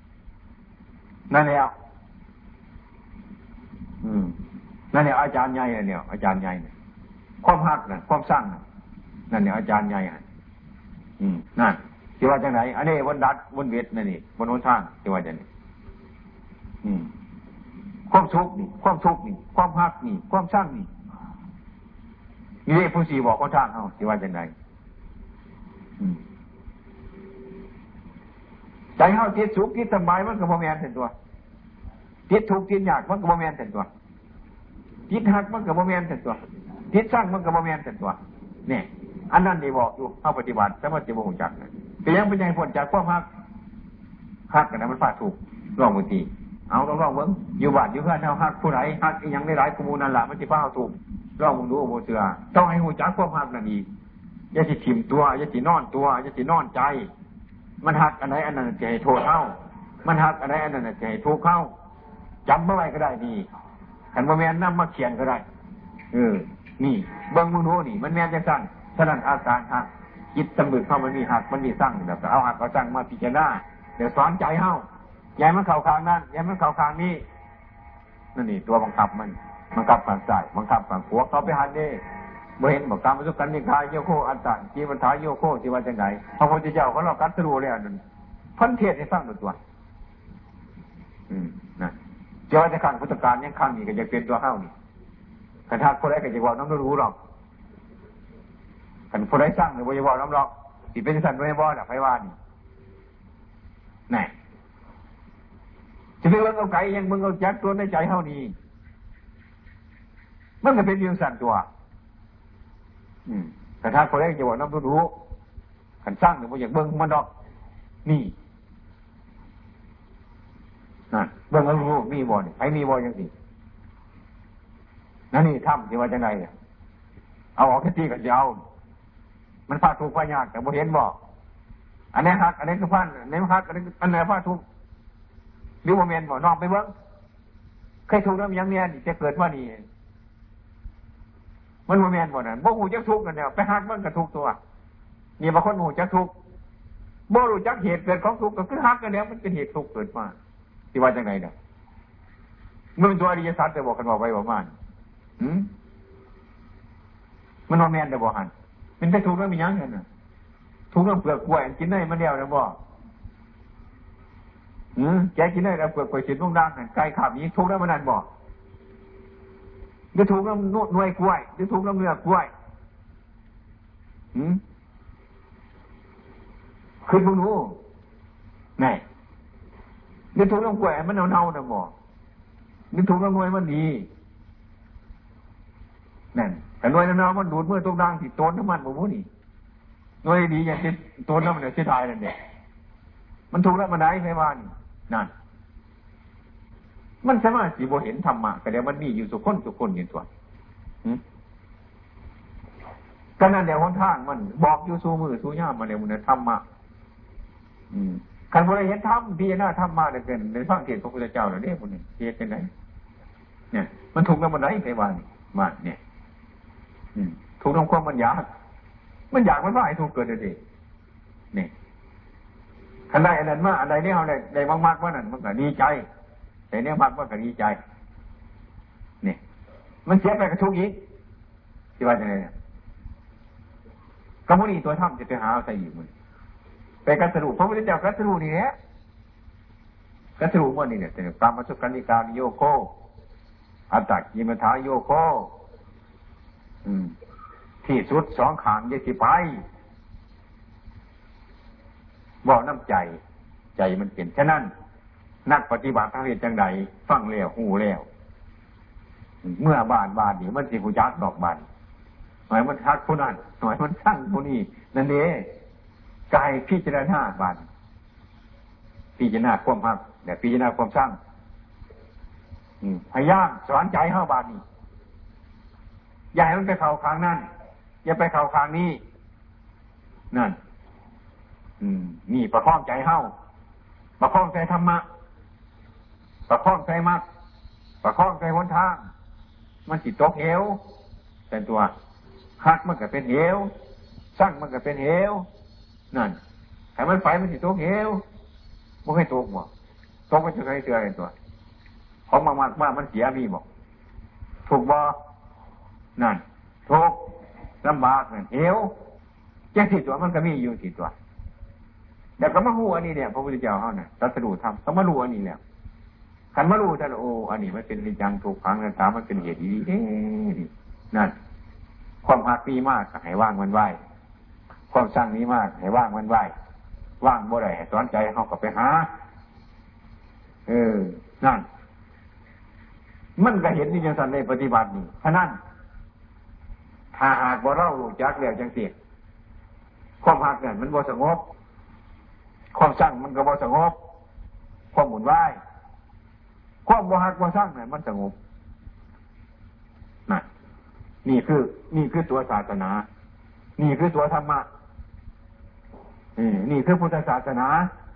แล้วนั่นเนี่ยอาจารย์ใหญ่เนี่ยอาจารย์ใหญ่เนี่ยความหักน่ะความสร้างนั่นเนี่ยอาจารย์ใหญ่นั่นที่ว่าจังไหนอันนี้วันดัดวันเวทนั่นนี่บนโน้นทางที่ว่าจังนี้ความทุกข์นี่ความทุกข์นี่ความหักนี่ความสร้างนี่นี่ผู้สี่บอกคนทางเขาที่ว่าจังไหนใจเขาติดสุขติดสบายมันก็บ่แม่นเห็นตัวติดทุกข์ติดยากมันก็บ่แม่นเห็นตัวติดหักมันก็บ่แม่นเห็นตัวติดสร้างมันก็บ่แม่นเห็นตัวเนี่ยอันนั้นได้บอกอยู่เข้าปฏิบัติแต่ว่าจะบ่ฮู้จักเป็นยังพ้นจากความหักกันนะมันฟาดถูกลองมือตีเอาลองเบิ่งอยู่บ้านอยู่เพื่อนเฮาหักผู้ใดหักอีหยังได้หลายกูมูนั่นล่ะมันสิพาเฮาถูกลองมึงดูบ่เชื่อต้องให้ฮู้จักความหักนั่นอีกอย่าสิถิ่มตัวอย่าสินอนตัวอย่าสินอนใจมันหักอันไหนอันนั้นจะให้โทษเฮามันหักอันไหนอันนั้นจะให้ทุกข์เฮาจำเอาไว้ก็ได้นี่คันบ่แม่นนำมาเขียนก็ได้นี่เบิ่งมึงดูนี่มันแม่นจังซั่นฉะนั้นอาการหักจิตสำนึกเข้ามันมีหักมันมีสร้างแบบเอาหักเอาสร้างมาพิจารณาเดี๋ยวสอนใจเฮาอย่ามันเข้าข้างนั้นอย่ามันเข้าข้างนี้นั่นนี่ตัวบังคับมันบังคับฝั่งซ้ายบังคับฝั่งขวาเขาไปหันนี่บ่เห็นบอกตามประสบการณ์นิพพานโยโคอัตตะจีวันทายโยโคที่ว่าจังได๋พระพุทธเจ้าเขาเรากัดรู้แล้วนั่นพันเทศให้ฟังตัวนะเจ้าจะขังพุทธการยังขังนี่ก็จะเป็นตัวเฮานี่คันทักผู้ใดก็จะว่าน้ำรู้หรอกคันผู้ใดสร้างหรือบ่จะว่าน้ำหรอกสิเป็นสันบ่ได้บ่น่ะไผว่านี่แน่จะไปเบิ่งเอาไก่ยังเบิ่งเอาจักตัวในใจเฮานี่มันก็เป็นเรื่องสั่นตัวแต่ถ้าคนแรกจะบอกน้ำรู้ขันสร้างหรือว่าอยากเบิ้งมันดอกนี่เบิ้งแล้วรู้มีบ่เนี่ยไอ้มีบ่ยังสินั่นนี่ทำที่ว่าจะไงเอาออกแค่ที่กับเจ้ามันฟาดถูกฟาดยากแต่บ่เห็นบอกอันนี้หักอันนี้ก็ฟาดอันนี้หักอันไหนฟาดถูกหรือว่าเมียนบ่นอกไปเบิ้งใครถูกแล้วยังเมียนจะเกิดว่านี่มันบ่แม่นบ่นั่นบ่ฮู้จักทุกข์กันแล้วไปหักมันก็ทุกข์ตัวนี่บางคนฮู้จักทุกข์บ่รู้จักเหตุเกิดของทุกข์ก็คือหักกันแล้วมันเป็นเหตุทุกข์เกิดมาสิว่าจังได๋น่ะมันเป็นตัวอริยสัจแต่บอกกันว่าไว้ว่ามันมันนอนแมนแต่บ่หันมันไปถูกแล้วมียังเงินน่ะถูกแล้วเปลือกกล้วยกินได้มันเดียวแล้วบ่แกกินได้แล้วเปลือกกล้วยชิ้นลงด่างไก่ขาบนี้ถูกแล้วมันนั่นบ่หรือถูกแล้วหน่วยกล้วยหรือถูกแล้วเนื้อกล้วยขึ้นพวกนู้ไงหรือถูกแล้วกล้วยมันเน่าๆนะบ่หรือถูกแล้วหน่วยมันดีนั่นแต่หน่วยเน่าๆมันดูดเมื่อตรงด่างติดต้นน้ำมันบ่พูนี่หน่วยดีอย่างที่ต้นน้ำมันเสียดายนั่นเด็กมันถูกแล้วมันได้ใช่บ้านนั่นมันสามารถสิบ่เห็นธรรมะก็เดี๋ยวมันมีอยู่สุคนอยู่ตัวก็นั่นเดี๋ยวหนทางมันบอกอยู่สู่มือสู่ย่ามมาเดี๋ยวมันธรรมะการบริเห็นธรรมพิจารณาธรรมะเดี๋ยวเป็นในฟังเทศน์พระพุทธเจ้าเราเนี่ยคนนี้เทศน์เป็นไหนเนี่ยมันถูกแล้วมันได้ไปบ้านเนี่ยถูกตรงความมันอยากมันว่าให้ถูกเกิดเลยนี่ขันได้อันนั้นมาอันใดเนี่ยเอาได้มากๆว่านั้นมันก็ดีใจแต่เนี่ยมากว่าก็ดีใจนี่มันเสียไปกระทุกอีกที่ว่าจะไงเนี่ยกรรมนี่ตัวถ้ำจะไปหาเอาใส่อยู่มันไปกัสรุพระพุทธเจ้ากัสรุนี่แหละกัสรุว่านี่เนี่ยแต่ตามมาสุกันิการโยโคอัตตกิมัฏฐาโยโคที่สุดสองขางยสิไปบอกน้ำใจมันเป็นฉะนั้นนักปฏิบัติทางเรียนจังใดฟังแล้วหูแล้วเมื่อบานนี่มันสิหูจักดอกบานหน่อยมันทักผู้นั้นหน่อยมันสั่งผู้นี้นั่นเองกายพิจารณาบานพิจารณาความหักแต่พิจารณาความสร้างพยายามสอนใจเข้าบานนี้อย่าให้มันไปเข้าข้างนั่นอย่าไปเข้าข้างนี้นั่นนี่ประคองใจเข้าประคองใจธรรมะประคองใจมรรคประคองใจหนทางมันสิตกเหวแต่ตัวหักมันก็เป็นเหวสร้างมันก็เป็นเหวนั่นให้มันไฟมันสิตกเหวไม่ให้ตกบ่ตกมันจะใครเตือนตัวของมากว่ามันเสียมีบอกถูกบ่นั่นถูกลำบากนั่นเหวแจ้งสิตัวมันก็มีอยู่สิตัวเดี๋ยวก็มาหูอันนี้เนี่ยพระพุทธเจ้าเขาเนี่ยรัสดุธรรมก็มารู้อันนี้แล้วขันมารู้แต่ละอันนี้มันเป็นนิจังถูกขังนันตามันเป็นเหตุดีนั่นความหักมีมากให้ว่างมันไหวความสร้างนี้มากให้ว่างมันไหวว่างบ่ได้ให้สอนใจเขาก็ไปหานั่นมันก็เห็นนี่จังสันในปฏิบัตินี่ฉะนั้นถ้าหากว่าเรารู้จักแล้วจังเสียความหักเนี่ยมันบ่สงบความสร้างมันก็บ่สงบความหมุนไหวความบ่หักบ่สร้างเนี่ยมันสงบนี่คือตัวศาสนานี่คือตัวธรรมะนี่คือพุทธศาสนา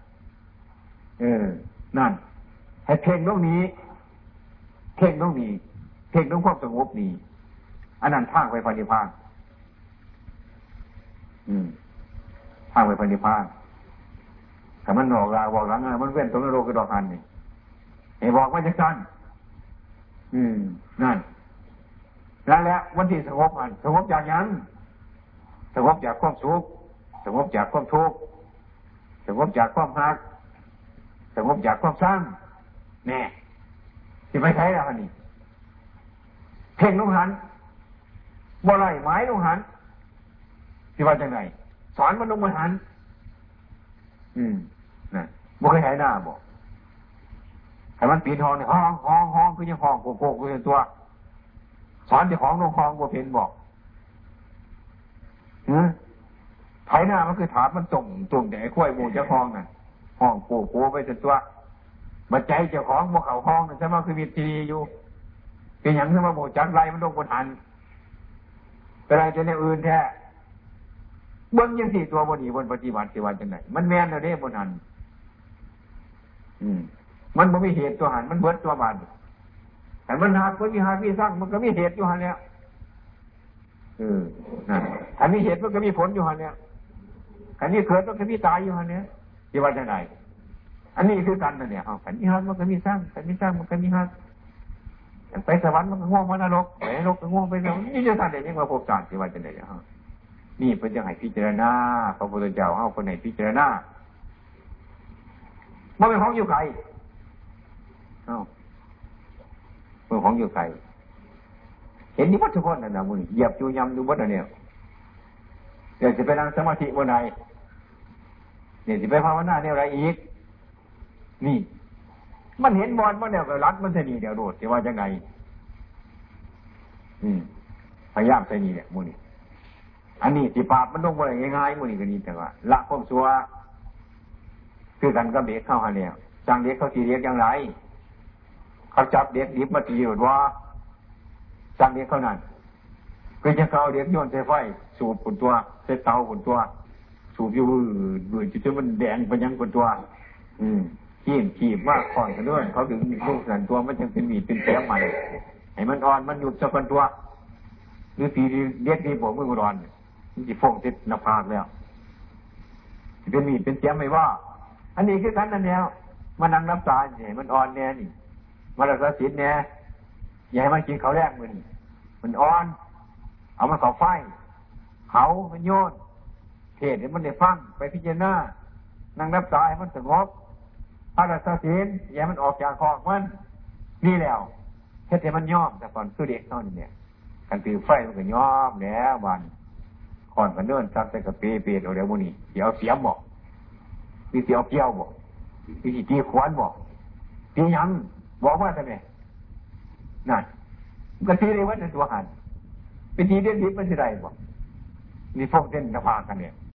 นั่นให้เพ่งตรงนี้เพ่งตรงความสงบนี่อันนั้นทางไปพระนิพพานทางไปพระนิพพานแต่มันบอกหลังมันเว้นตรงนรกกระดอกหันนี่ไอ้บอกว่าจะสั้นนั่นแล้ววันที่สงบสงบจากยังสงบจากความสุขสงบจากความทุกข์สงบจากความหักสงบจากความสร้างแน่ที่ไม่ใช่แล้วนี่เพ่งลงหันบ่ไล่ไม้ลงหันที่ว่าจังไงสอนมันลงมาหันน่ะบ่เคยหายหน้าบอกให้มันปีนห้องเนี่ยห้องคือยังห้องโกคือตัวสอนที่ของลงห้องบ่เป็นบอกไถหน้ามันคือถามมันตรงแต่ไอ้ข้อยหมูเจ้าห้องน่ะห้องโกไปจนตัวบัดใจเจ้าของบ่เข้าห้องน่ะใช่มั้ยคือมีทีอยู่เป็นหยังขึ้นมาบ่จักไรมันลงบนหันเป็นอะไรจะในอื่นแท้เบิ่งยังสี่ตัวบ่ดีบนปฏิบัติสิว่าจังได๋มันแม่นแล้วเด้บนหันมันบ่มีเหตุตัวหันมันเบิดตัวบาดแต่มันหักมันมีหักมีสร้างมันก็มีเหตุอยู่หันแล้วนั่นถ้ามีเหตุมันก็มีผลอยู่หันแล้วอันนี้เกิดมันก็มีตายอยู่หันแล้วสิว่าจังได๋อันนี้คือกันนั่นเนี่ยเอาคันมีหักมันก็มีสร้างคันมีสร้างมันก็มีหักไปสวรรค์มันก็ง่วงมันนรกไปนรกก็ง่วงไปแล้วนี่จะท่านเด็กยังมาพบจานที่ว่าจะได้ฮะนี่เป็นยังไงพิจารณาพระพุทธเจ้าเอาคนไหนพิจารณาเมื่อเป็นของอยู่ไกลเมื่อของอยู่ไกลเห็นนี่วัตถุพจน์นั่นนะมึงเหยียบจูยำดูวัดเนี่ยเดี๋ยวจะไปนั่งสมาธิบนไหนเนี่ยจะไปภาวนาเนี่ยอะไรอีกนี่มันเห็นบอลมันเนี่ยก็รัดมันจะหนีเดี๋ยวโดดจะว่าจะไงพยายามใส่นี่เนี่ยมูนี่อันนี้สิปราบมันต้องอะไรง่ายๆมูนี่ก็นี่แต่ว่าละความชั่วคือกันก็เด็กเข้าหาเนี่ยจังเด็กเขาตีเด็กอย่างไรเขาจับเด็กดิบมาตีหรือว่าจังเด็กเขานั่นคือจะเอาเด็กโยนใส่ไฟสูบขุนตัวใส่เตาขุนตัวสูบอยู่บืนจนมันแดงไปยังขุนตัวขีบว่าคอนกันด้วยเขาถึงลูกสันตัวมันยังเป็นมีเป็นแผลใหม่ให้มันอ่อนมันหยุดสักตัวหรือตีเด็กดีผมมือร้อนมันจะฟงติดหน้าผากแล้วเป็นมีเป็นแผลไม่ว่าอันนี้คือกันนั่นแล้วมันนั่งน้ำตาเนี่ยมันอ่อนแน่นี่มารักษาศีลเนี่ยอย่าให้มันกินเขาแรกมันอ่อนเอามันเขาไฟเขามันโยนเทศให้มันได้ฟังไปพิจารณานั่งน้ำตาให้มันสงบพระรักษาศีลอย่ามันออกจากคอกมันนี่แล้วเฮ็ดให้มันย่อมแต่ก่อนคือเด็กเท่านี้เนี่ยกันถือไฟมันก็ย่อมแล้ววันก่อนกันเดินซักใส่กระเปียเอาเดี๋ยววันนี้เดี๋ยวเสียมบอกมีเสียวเกี้ยวบอกมีตีขวานบอกตียังบอกว่าทำไมนั่นก็ตีได้ว่าในตัวหันเป็นทีเด็ดดิบมันจะได้บอกนี่พวกเส้นตะพากันเนี่ย